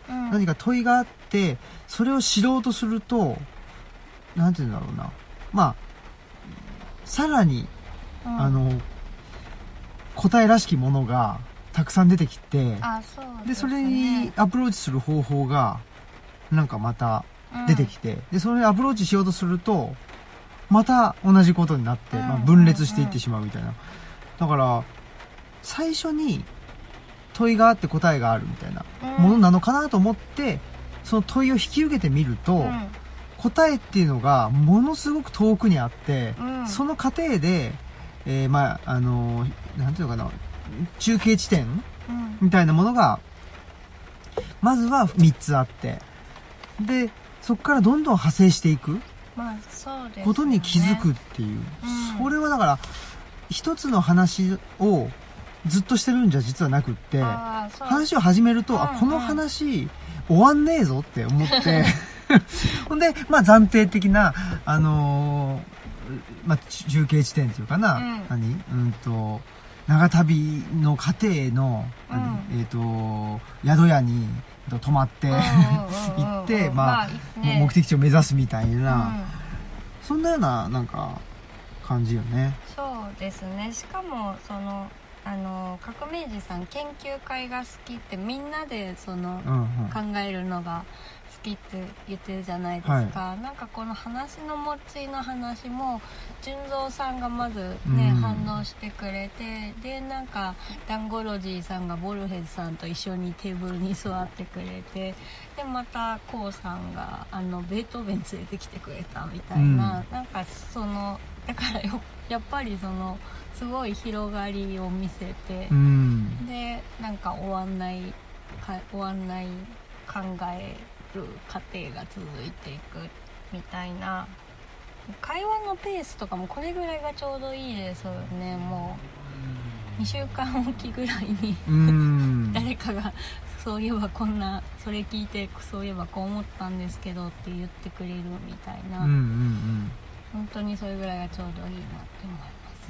何か問いがあってそれを知ろうとするとなんていうんだろうな、まあさらに、うん、あの答えらしきものがたくさん出てきて、 あ、そうですね、 でそれにアプローチする方法がなんかまた出てきて、うん、でそれにアプローチしようとするとまた同じことになって、うん、まあ、分裂していってしまうみたいな、うんうん、だから最初に問いがあって答えがあるみたいなものなのかなと思って、その問いを引き受けてみると、うん、答えっていうのがものすごく遠くにあって、うん、その過程で、えー、まああのなんていうのかな、中継地点、うん、みたいなものがまずはみっつあって、でそこからどんどん派生していくことに気づくっていう、まあそうですよね、うん、それはだから一つの話をずっとしてるんじゃ実はなくって、話を始めると、うんうん、あこの話終わんねえぞって思ってほんで、まあ、暫定的な、あのまあ、中継地点っていうかな、うん、何うんと、長旅の過程の、うん、えっ、ー、と、宿屋に泊まって行って、まあ、ね、目的地を目指すみたいな、うん、そんなような、なんか、感じよね。 そうですね。しかも、その、あの、革命児さん研究会が好きってみんなで、その、うんうん、考えるのが、好きって言ってるじゃないですか、はい、なんかこの話の持ちの話も純三さんがまずね、うん、反応してくれて、でなんかダンゴロジーさんがボルヘズさんと一緒にテーブルに座ってくれて、でまたコウさんがあのベートーベン連れてきてくれたみたいな、うん、なんかそのだからよやっぱりそのすごい広がりを見せて、うん、でなんか終わんないか終わんない考え過程が続いていくみたいな、会話のペースとかもこれぐらいがちょうどいいですよね。もうにしゅうかんおきぐらいに誰かがそういえばこんなそれ聞いてそういえばこう思ったんですけどって言ってくれるみたいな、うんうんうん、本当にそれぐらいがちょうどいいなって思います。 うん、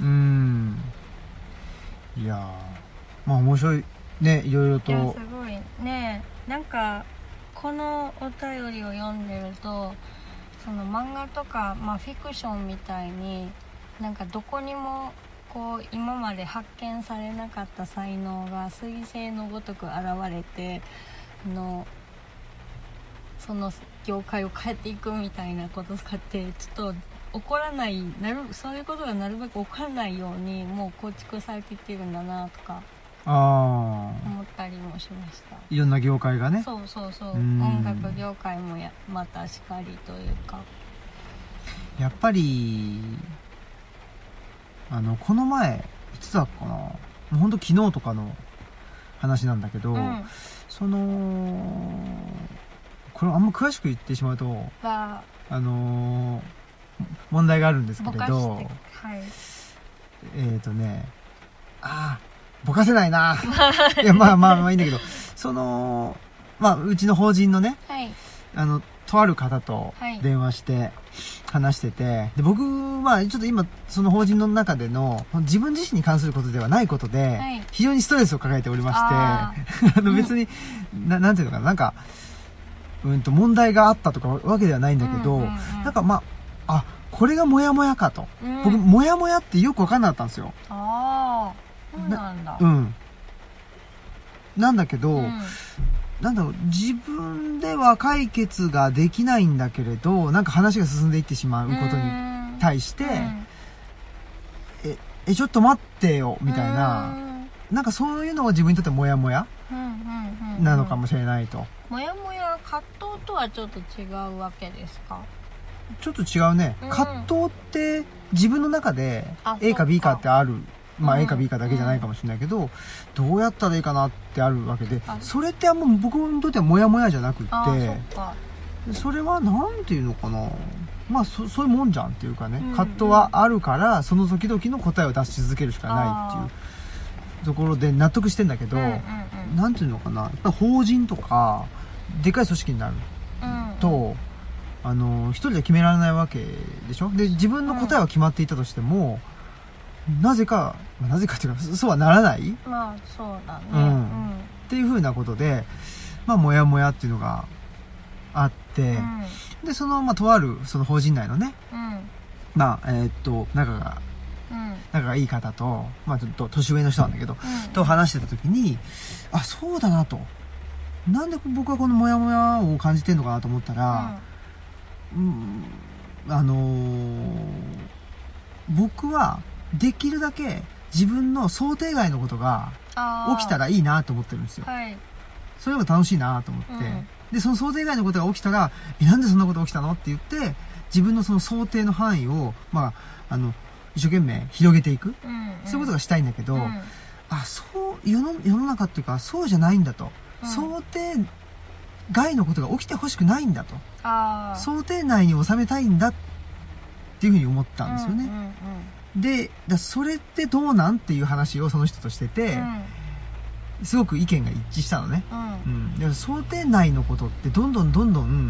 いやまあ面白いね、いろいろと。 いやすごいね、なんかこのお便りを読んでると、その漫画とか、まあ、フィクションみたいになんかどこにもこう今まで発見されなかった才能が彗星のごとく現れて、あのその業界を変えていくみたいなこととかってちょっと起こらないなるそういうことがなるべく起こらないようにもう構築されていってるんだなとか思ったりもしました。 いろんな業界がね。 そうそうそう、音楽業界もやまたしかりというか、 やっぱりあのこの前いつだっかな、もうほんと昨日とかの話なんだけど、うん、そのこれあんま詳しく言ってしまうとあの問題があるんですけれど、はい、えっ、ー、とねああぼかせないないやまあまあまあいいんだけど、そのまあうちの法人のね、はい、あのとある方と電話して話してて、はい、で僕はちょっと今その法人の中での自分自身に関することではないことで、はい、非常にストレスを抱えておりましてあの別に、うん、な, なんていうのかな、なんかうんと問題があったとかわけではないんだけど、うんうんうん、なんかまああこれがモヤモヤかと、うん、僕モヤモヤってよく分かんなかったんですよ。 あそうなんだ。 うん。なんだけど、うん、なんだろう、自分では解決ができないんだけれど、なんか話が進んでいってしまうことに対して、うん、え、え、ちょっと待ってよ、みたいな、んなんかそういうのが自分にとってモヤモヤなのかもしれないと。 モヤモヤ、葛藤とはちょっと違うわけですか？ ちょっと違うね。うん、葛藤って自分の中で A か B かってある。まあ A か B かだけじゃないかもしれないけど、うん、どうやったらいいかなってあるわけで、それってあんま僕にとってはモヤモヤじゃなくって、そ, それはなんていうのかな、まあ そ, そういうもんじゃんっていうかね、うんうん、葛藤はあるからその時々の答えを出し続けるしかないっていうところで納得してんだけど、うんうんうん、なんていうのかな、やっぱ法人とかでかい組織になると、うんうん、あの一人で決められないわけでしょ。で自分の答えは決まっていたとしても、うん、なぜかなぜかっていうかそうはならない、 まあそうだね、 うんうん、っていう風なことでまあモヤモヤっていうのがあって、うん、でそのまあとあるその法人内のね、うん、まあえー、っと仲が、うん、仲がいい方とまあちょっと年上の人なんだけど、うん、と話してた時に、あそうだなと、なんで僕はこのモヤモヤを感じてるのかなと思ったら、うん、あのー、僕はできるだけ自分の想定外のことが起きたらいいなと思ってるんですよ。はい、それも楽しいなと思って、うん、でその想定外のことが起きたら、えなんでそんなこと起きたのって言って自分のその想定の範囲をまああの一生懸命広げていく、うんうん、そういうことがしたいんだけど、うん、あそう世の世の中っていうかそうじゃないんだと、うん、想定外のことが起きてほしくないんだと、あ想定内に収めたいんだっていうふうに思ったんですよね。うんうんうんで、だそれってどうなんっていう話をその人としてて、うん、すごく意見が一致したのね。うんうん、で想定内のことってどんどんどんどん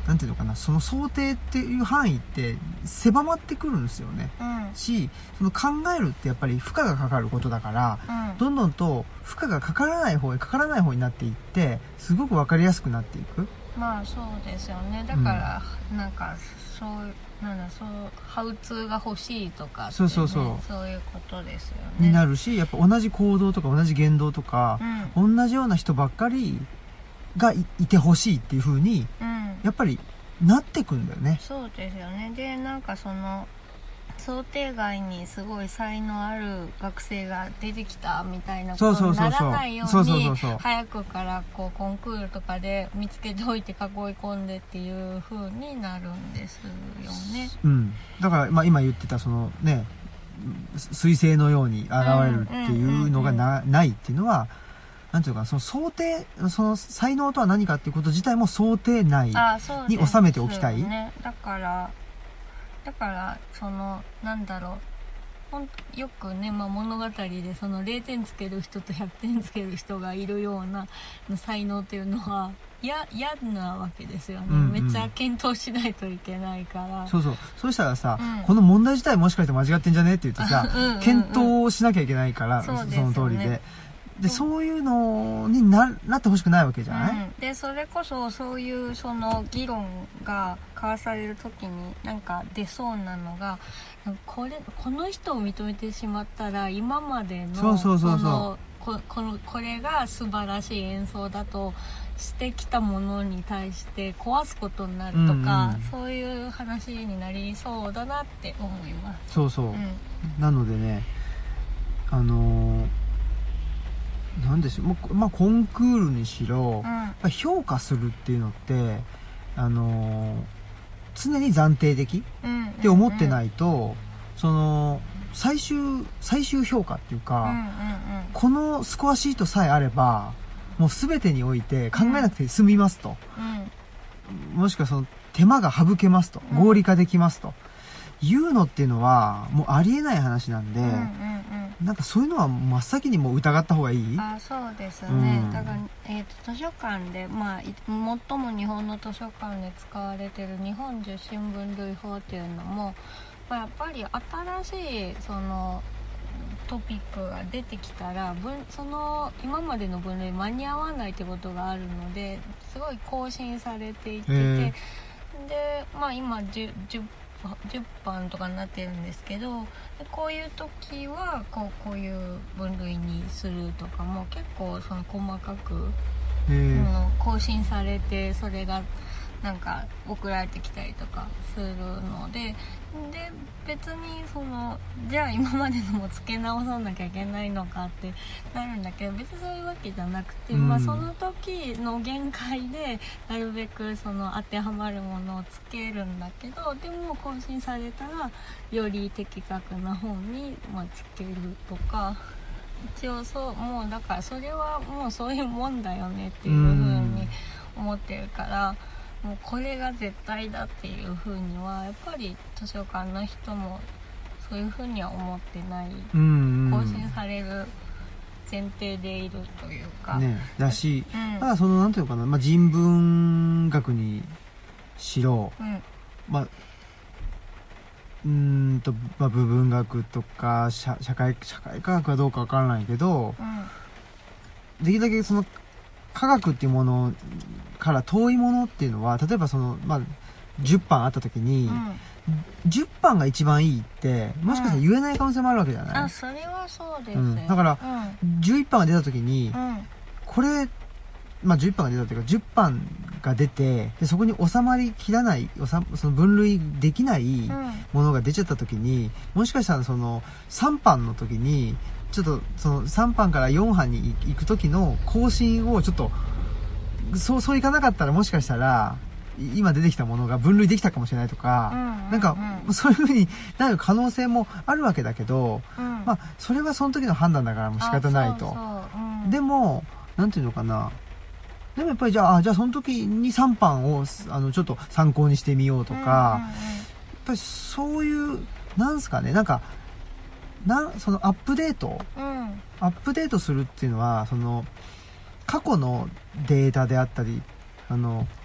なんていうのかな、その想定っていう範囲って狭まってくるんですよね。 うん、 し、その考えるってやっぱり負荷がかかることだから、 うん、 どんどんと負荷がかからない方へかからない方になっていって、すごくわかりやすくなっていく。 まあそうですよね。だから、うん、なんかそうなんだそうハウツーが欲しいとかって、ね、 そうそうそうそういうことですよね。 になるし、やっぱ同じ行動とか同じ言動とか、うん、同じような人ばっかりが い, いてほしいっていう風に、うん、やっぱりなってくんだよね。 そうですよね。でなんかその想定外にすごい才能ある学生が出てきたみたいなことにならないように早くからこうコンクールとかで見つけておいて囲い込んでっていう風になるんですよね。 うん、だから、まあ、今言ってたそのね彗星のように現れるっていうのが な,、ないっていうのはなんていうかその想定その才能とは何かっていうこと自体も想定内に収めておきたい。 ね、だからだからそのなんだろうほんよくね、まあ、物語でそのれいてんつける人とひゃくてんつける人がいるような才能っていうのは嫌なわけですよね、うんうん、めっちゃ検討しないといけないから。 そうそうそうしたらさ、うん、この問題自体もしかして間違ってんじゃねって言ってさ、うんうんうん、検討しなきゃいけないから、 そ, その通りででそういうのに な, なってほしくないわけじゃない、うん、 でそれこそそういうその議論が交わされる時になんか出そうなのがこれこの人を認めてしまったら今までのそうそうそうそうこ, こ, のこれが素晴らしい演奏だとしてきたものに対して壊すことになるとか、うんうん、そういう話になりそうだなって思います。 そうそう、うん、なのでねあのーなんでしょう、まあ、コンクールにしろ、うん、評価するっていうのって、あのー、常に暫定的、うん、って思ってないと、うんうん、その最終最終評価っていうか、うんうんうん、このスコアシートさえあればもう全てにおいて考えなくて済みますと、うん、もしくはその手間が省けますと、合理化できますというのっていうのはもうありえない話なんで、うんうんうん、なんかそういうのは真っ先にもう疑った方がいい。 あ、そうですね、うん、だから、えーと、図書館で、まあ、最も日本の図書館で使われている日本受信分類法っていうのも、まあ、やっぱり新しいそのトピックが出てきたら分その今までの分類間に合わないってことがあるのですごい更新されていってて、で、まあ、今 10, 10, 10版とかになってるんですけど、こういう時はこう、こういう分類にするとかも結構その細かく、うん、更新されてそれがなんか送られてきたりとかするので、で別にそのじゃあ今までのも付け直さなきゃいけないのかってなるんだけど、別にそういうわけじゃなくて、うん、まあ、その時の限界でなるべくその当てはまるものをつけるんだけど、でも更新されたらより的確な方に、まあ、つけるとか、一応そうもうだからそれはもうそういうもんだよねっていう風に思ってるから、もうこれが絶対だっていう風にはやっぱり図書館の人もそういう風には思ってない、うんうん、更新される前提でいるというか、 ね、だし、うん、ただそのなんていうのかな、まあ、人文学にしろ、うん、まあうーんと、まあ、部分学とか社、社会社会科学はどうかわからないけど、うん、できるだけその科学っていうものから遠いものっていうのは、例えばその、まあ、じゅっぱんあった時に、うん、じゅっぱんが一番いいってもしかしたら言えない可能性もあるわけじゃない、 うん、あ、それはそうです、うん、 だから、うん、じゅういっぱんが出た時に、うん、これ、まあ、じゅういっぱんが出たというかじゅっぱんが出て、でそこに収まりきらない、その分類できないものが出ちゃった時に、もしかしたらそのさんばんの時にちょっとそのさんばんからよんばんに行く時の更新をちょっとそうそういかなかったら、もしかしたら今出てきたものが分類できたかもしれないとか、うんうんうん、なんかそういう風になる可能性もあるわけだけど、うん、まあそれはその時の判断だからもう仕方ないと。そうそう、うん、でもなんていうのかな、でもやっぱりじゃあ、あじゃあその時にさんばんをあのちょっと参考にしてみようとか、うんうんうん、やっぱりそういうなんすかね、なんかなそのアップデート、うん、アップデートするっていうのはその過去のデータであったり、あの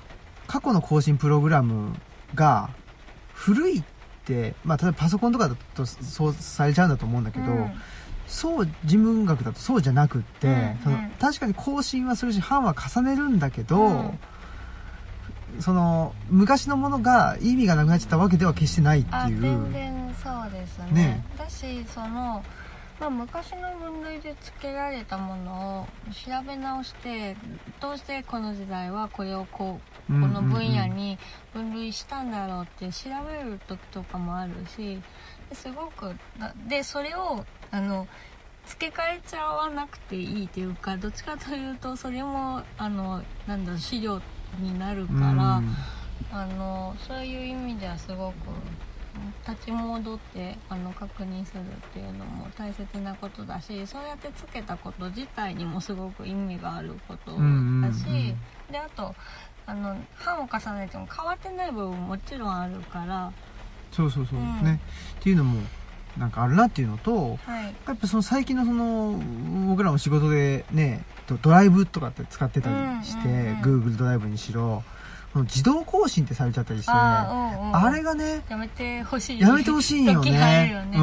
過去の更新プログラムが古いって、まあ、例えばパソコンとかだとそうされちゃうんだと思うんだけど、うん、そう事務学だとそうじゃなくって、うんうん、その確かに更新はするし版は重ねるんだけど、うん、その昔のものが意味がなくなっちゃったわけでは決してないっていう。あ、 全然そうですね。ねだしそのまあ、昔の分類で付けられたものを調べ直してどうしてこの時代はこれをこうこの分野に分類したんだろうって調べる時とかもあるし、すごくでそれをあの付け替えちゃわなくていいっていうか、どっちかというとそれもあのなんだろう資料になるから、あのそういう意味ではすごく立ち戻ってあの確認するっていうのも大切なことだし、そうやってつけたこと自体にもすごく意味があることだし、うんうんうん、であとあの版を重ねても変わってない部分ももちろんあるから、 そうそうそう、うん、ねっていうのもなんかあるなっていうのと、はい、やっぱその最近のその僕らも仕事でねドライブとかって使ってたりして、うんうんうん、Google ドライブにしろ自動更新ってされちゃったりして、あ、うんうん、あれがねやめてほしいやめてほしいよね。よね、うん、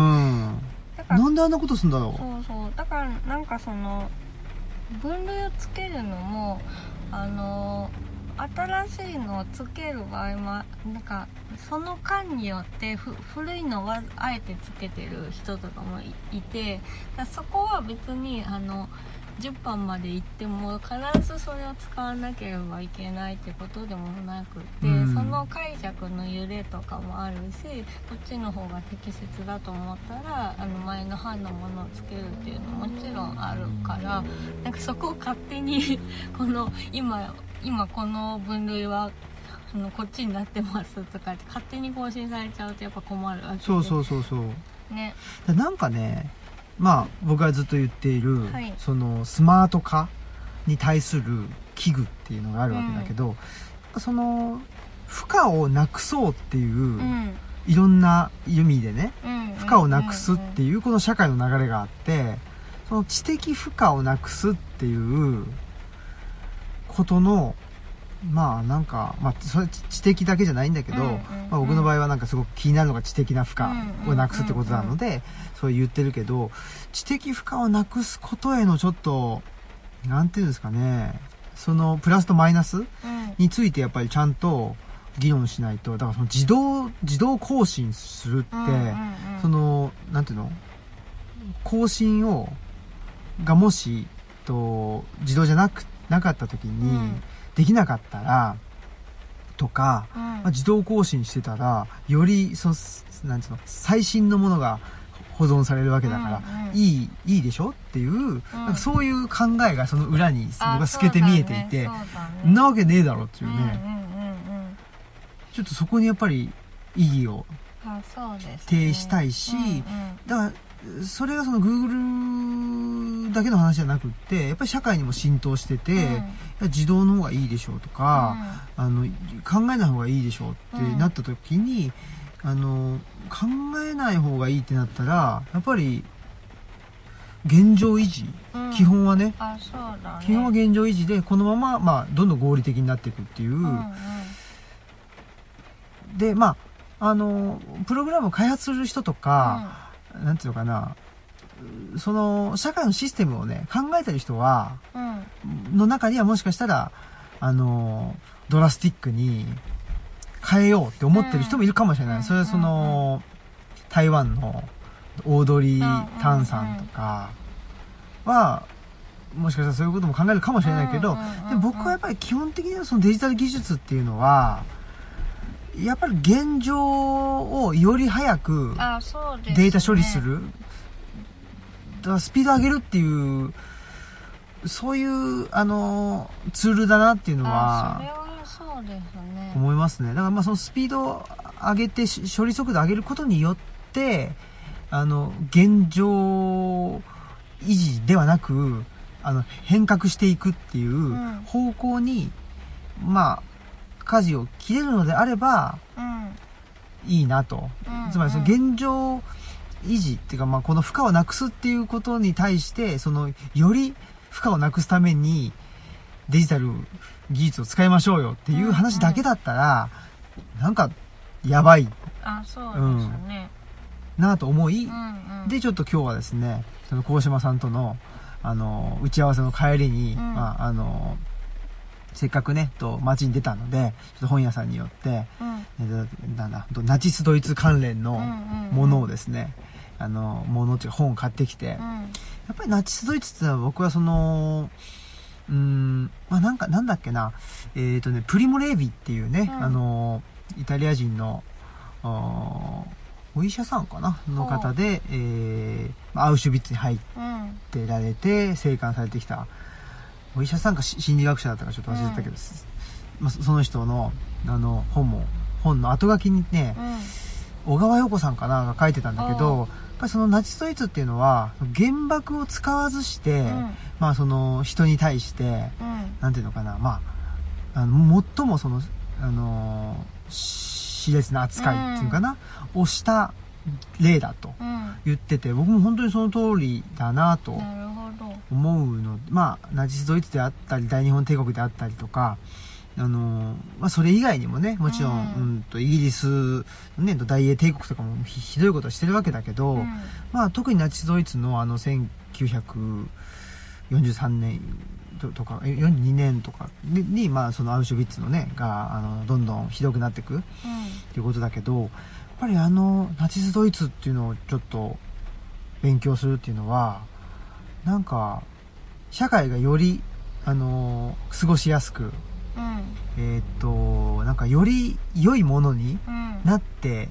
なんであんなことすんだろう。 そうそう、だからなんかその分類をつけるのもあの新しいのをつける場合もなんかその間によってふ古いのはあえてつけてる人とかも い, いてだそこは別にあのじゅっばんまで行っても必ずそれを使わなければいけないってことでもなくて、うん、その解釈の揺れとかもあるし、こっちの方が適切だと思ったらあの前の版のものをつけるっていうのももちろんあるから、なんかそこを勝手にこの今今この分類はあのこっちになってますとかって勝手に更新されちゃうとやっぱ困るわけで。 そうそうそうそうね。 なんかね、まあ僕がずっと言っている、はい、そのスマート化に対する危惧っていうのがあるわけだけど、うん、その負荷をなくそうっていう、うん、いろんな意味でね、うん、負荷をなくすっていうこの社会の流れがあって、その知的負荷をなくすっていうことのまあなんか、まあ、それ知的だけじゃないんだけど、うんうんうん、まあ、僕の場合はなんかすごく気になるのが知的な負荷をなくすってことなので、うんうんうん、そう言ってるけど、知的負荷をなくすことへのちょっとなんていうんですかね、そのプラスとマイナスについてやっぱりちゃんと議論しないと。だからその自動自動更新するって、うんうんうん、そのなんていうの更新をがもしと自動じゃなくなかった時に、うん、できなかったらとか、うん、まあ、自動更新してたらよりそのなんていうの最新のものが保存されるわけだから、うんうん、いいいいでしょっていう、うん、なんかそういう考えがその裏に僕は透けて見えていて、そんなわけねえだろっていうね、うんうんうんうん、ちょっとそこにやっぱり意義を呈したいし、ね、うんうん、だからそれがその Google だけの話じゃなくってやっぱり社会にも浸透してて、うん、自動の方がいいでしょうとか、うん、あの考えない方がいいでしょうってなった時に、うん、あの考えない方がいいってなったらやっぱり現状維持、うん、基本はね、 あ、そうだね、 基本は現状維持でこのまま、まあ、どんどん合理的になっていくっていう、うんうん、でまああのプログラムを開発する人とか、うん、なんていうのかな、その社会のシステムをね考えてる人は、うん、の中にはもしかしたらあのドラスティックに変えようって思ってる人もいるかもしれない、うん、それはその、うん、台湾のオードリー・タンさんとかはもしかしたらそういうことも考えるかもしれないけど、で僕はやっぱり基本的にはそのデジタル技術っていうのはやっぱり現状をより早くデータ処理する、だからスピード上げるっていうそういうあのツールだなっていうのは思いますね。だからまあそのスピードを上げて処理速度を上げることによってあの現状維持ではなくあの変革していくっていう方向に、うん、まあ舵を切れるのであれば、うん、いいなと、うんうん、つまりその現状維持っていうか、まあ、この負荷をなくすっていうことに対してそのより負荷をなくすためにデジタル技術を使いましょうよっていう話だけだったら、うんうん、なんかやばい。 あ、そうですね。 うん、なぁと思い、 うんうん、 で、ちょっと今日はですね、その鴻島さんとの、あの、打ち合わせの帰りに、うん、まあ、あの、せっかくね、と街に出たので、ちょっと本屋さんによって、うん、えなんだ、ナチスドイツ関連のものをですね、うんうんうん、あの、ものっていうか本を買ってきて、うん、やっぱりナチスドイツってのは僕はその、うーん、まあ、なんか、なんだっけな、えっ、ー、とね、プリモ・レービっていうね、うん、あの、イタリア人の、お医者さんかなの方で、えー、アウシュビッツに入ってられて、生還されてきた、お医者さんか心理学者だったかちょっと忘れてたけど、うん、まあ、その人の、あの、本も、本の後書きにね、うん、小川陽子さんかなが書いてたんだけど、やっぱりそのナチスドイツっていうのは、原爆を使わずして、うん、まあその人に対して、うん、なんていうのかな、まあ、あの、最もその、あの、熾烈な扱いっていうかな、うん、をした例だと言ってて、僕も本当にその通りだなと思うので、まあ、ナチスドイツであったり、大日本帝国であったりとか、あの、まあ、それ以外にもね、もちろん、うん、うんとイギリス、ね、大英帝国とかも ひ, ひどいことをしてるわけだけど、うん、まあ、特にナチスドイツのあの、せんきゅうひゃくよんじゅうさんねんとか、よんじゅうにねんとかに、まあ、そのアウシュビッツのね、が、あの、どんどんひどくなっていく、うん、っていうことだけど、やっぱりあの、ナチスドイツっていうのをちょっと勉強するっていうのは、なんか、社会がより、あの、過ごしやすく、うん、えー、っと、なんかより良いものになって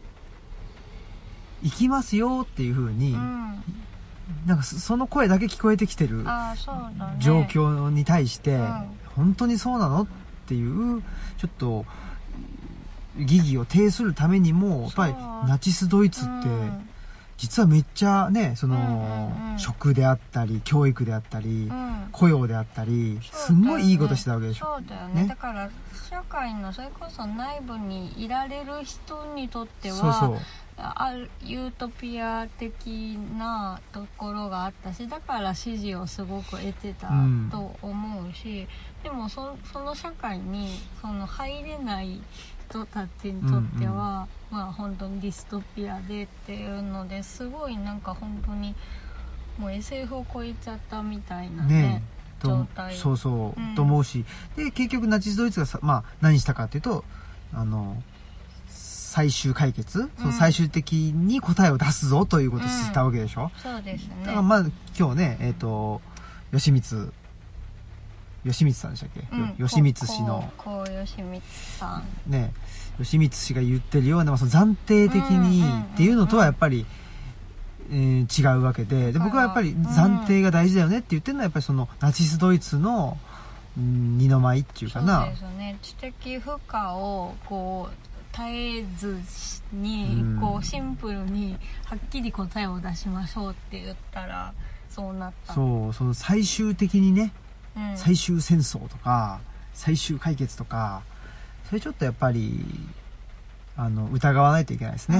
いきますよっていう風に、うん、なんかその声だけ聞こえてきてる状況に対して、うん、本当にそうなのっていう、ちょっと、疑義を呈するためにも、やっぱりナチスドイツって、実はめっちゃね、その、うんうんうん、食であったり、教育であったり、うん、雇用であったり、すんごいいいことしてたわけでしょ。 そうだよね。ね、だから、社会のそれこそ内部にいられる人にとっては、そうそう、あるユートピア的なところがあったし、だから支持をすごく得てたと思うし、うん、でも そ, その社会にその入れない人たちにとっては、うんうん、まあ本当にディストピアでっていうのですごいなんか本当にもう エスエフ を超えちゃったみたいな ね, ね状態。 そうそう、うん、と思うし、で結局ナチスドイツがさ、まあ、何したかっていうと、あの最終解決、うん、その最終的に答えを出すぞということをしたわけでしょ、 うん、そうですね。 だからまあ今日ね、えっ、ー、と吉光吉光さんでしたっけ、うん、吉光氏のこう吉光さんね、吉光氏が言ってるような、まあ、その暫定的にっていうのとはやっぱり、えー、違うわけで、で僕はやっぱり暫定が大事だよねって言ってるのはやっぱりそのナチスドイツの、うん、二の舞っていうかな。 そうですね。知的負荷をこう絶えずに、うん、こうシンプルにはっきり答えを出しましょうって言ったらそうなった。 そう、その最終的にね、うん、最終戦争とか最終解決とか、それちょっとやっぱりあの疑わないといけないですね、うん、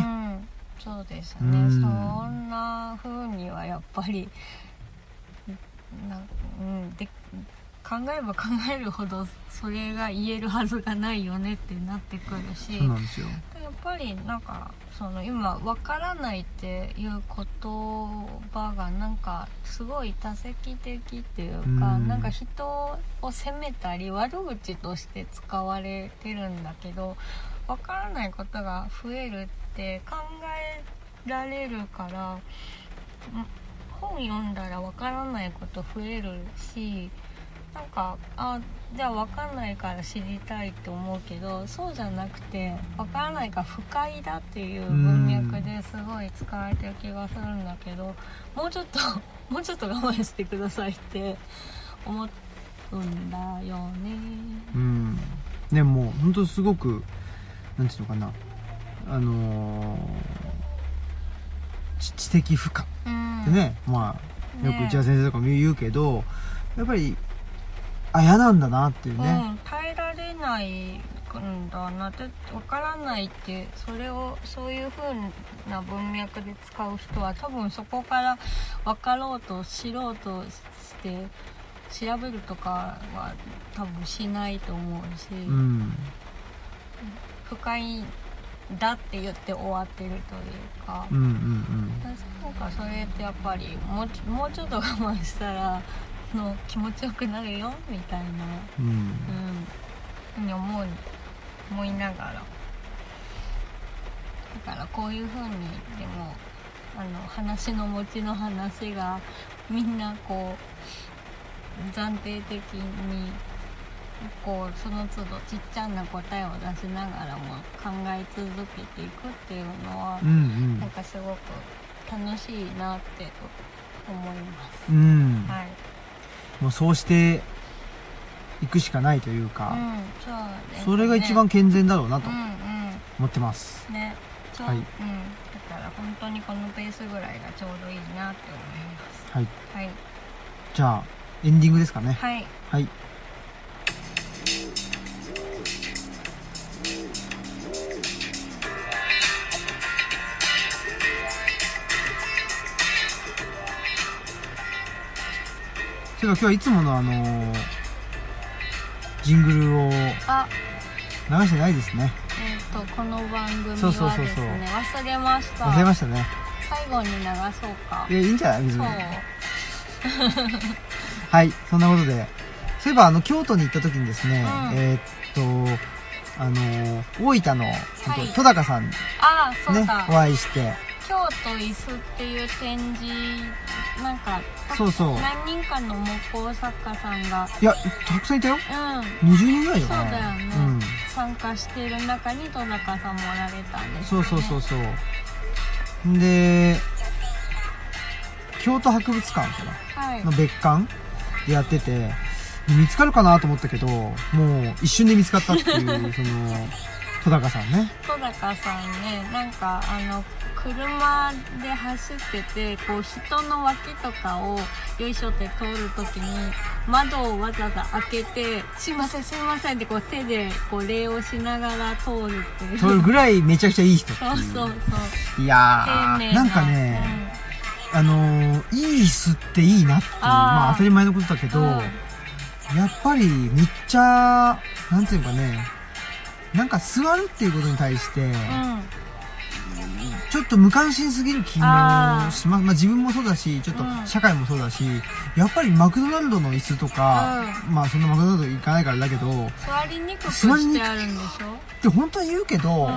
そうですね、うん、そんな風にはやっぱりな、うん、で考えれば考えるほどそれが言えるはずがないよねってなってくるし、 そうなんですよ。 やっぱりなんかその今分からないっていう言葉がなんかすごい多責的っていうか、うん、なんか人を責めたり悪口として使われてるんだけど、分からないことが増えるって考えられるから、本読んだら分からないこと増えるし、なんかあじゃあ分かんないから知りたいって思うけど、そうじゃなくて分からないから不快だっていう文脈ですごい使われてる気がするんだけど、もうちょっともうちょっと我慢してくださいって思うんだよね。 うんね、もう本当すごくなんていうのかな、あのー、知的負荷ってね、うん、まあよく内田先生とかも言うけど、ね、やっぱりあ嫌なんだなっていうね、 うん、耐えられないんだなって分からないって、それをそういう風な文脈で使う人は多分そこから分かろうと知ろうとして調べるとかは多分しないと思うし、 うん、 不快だって言って終わってるというか、 うんうんうん、 なんかそれってやっぱりもう、もうちょっと我慢したらの気持ちよくなるよみたいな、 うんうん、に思う思いながら、だからこういう風にでもあの話の持ちの話がみんなこう暫定的にこうその都度ちっちゃな答えを出しながらも考え続けていくっていうのは、 うんうん、 なんかすごく楽しいなって思います、 うん、 はい、 もうそうしていくしかないというか、 うん、そうですね、 それが一番健全だろうなとうんうん思ってます、 ね、 はい、うん、 だから本当にこのペースぐらいがちょうどいいなって思います。 はい、 はい、 じゃあエンディングですかね。 はい、 はい、そういえば今日はいつものあのー、ジングルを流してないですね。 えっ、ー、とこの番組はですね、 そうそうそうそう、 忘れました。 忘れましたね。 最後に流そうか。 いや、いいんじゃない、別に。はい、そんなことで、そういえばあの京都に行った時にですね、うん、えー、っとあのー、大分の、はい、戸高さんに、ね、お会いして、 京都椅子っていう展示、なんかそうそう、 何人かの木工作家さんが、 いやたくさんいたよ、 うん、 にじゅうにんぐらいだよね。 そうだよね、うん、参加してる中に戸高さんもおられたんですよね。 そうそうそうそう。で京都博物館かな、はい、の別館でやってて、見つかるかなと思ったけど、もう一瞬で見つかったっていうその戸高さんね。 戸高さんね、なんかあの車で走ってて、こう人の脇とかをよいしょって通るときに窓をわざわざ開けて、すいませんすいませんってこう手でこう礼をしながら通るっていう。 それぐらいめちゃくちゃいい人っていう。 そうそうそう。 いやー、なんかね、うん、あのー、いい椅子っていいなっていう、まあ当たり前のことだけど、うん、やっぱりめっちゃ、なんていうかね、なんか座るっていうことに対して、うん、ちょっと無関心すぎる気もします。まあ自分もそうだし、ちょっと社会もそうだし、うん、やっぱりマクドナルドの椅子とか、うん、まあそんなマクドナルド行かないからだけど、 座りにくくしてあるんでしょって本当に言うけど、うん、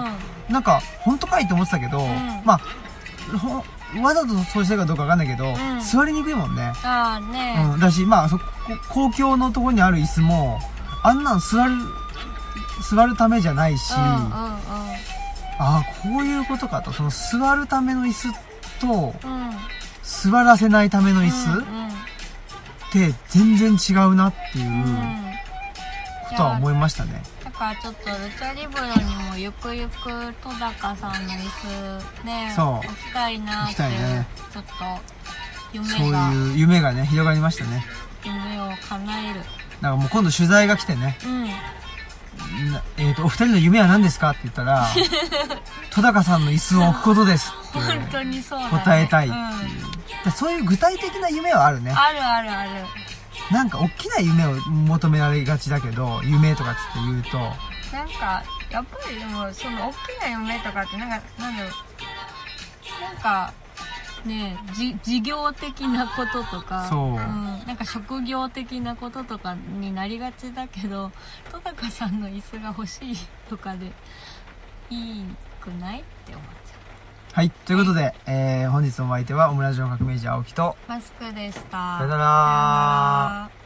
なんか本当かいって思ってたけど、うん、まあ、ほわざとそうしたかどうかわかんないけど、うん、座りにくいもんね。 ああね。 うん。だし、まあそこ、公共のところにある椅子も、あんなん座る、座るためじゃないし、うんうんうん、ああ、こういうことかと。その座るための椅子と、うん、座らせないための椅子、うんうん、って全然違うなっていうことは思いましたね。 だからちょっとルチャリブロにもゆくゆく戸高さんの椅子ね、置きたいなっていう、ね、ちょっと夢が。 そういう夢がね、広がりましたね。 夢を叶える。 だからもう今度取材が来てね、うん、えっと、お二人の夢は何ですかって言ったら、戸高さんの椅子を置くことですって本当にそうだね、 答えたいっていう、うん、そういう具体的な夢はあるね。 あるあるある。 なんか大きな夢を求められがちだけど、夢とかつって言うと、 なんかやっぱりでもその大きな夢とかってなんかなんだろう、なんかねえ、じ事業的なこととか、そう、うん、なんか職業的なこととかになりがちだけど、戸高さんの椅子が欲しいとかでいいくないって思っちゃう。 はい、ということで、はい、えー、本日のお相手はオムラジオ革命児青木とマスクでした。 さよなら。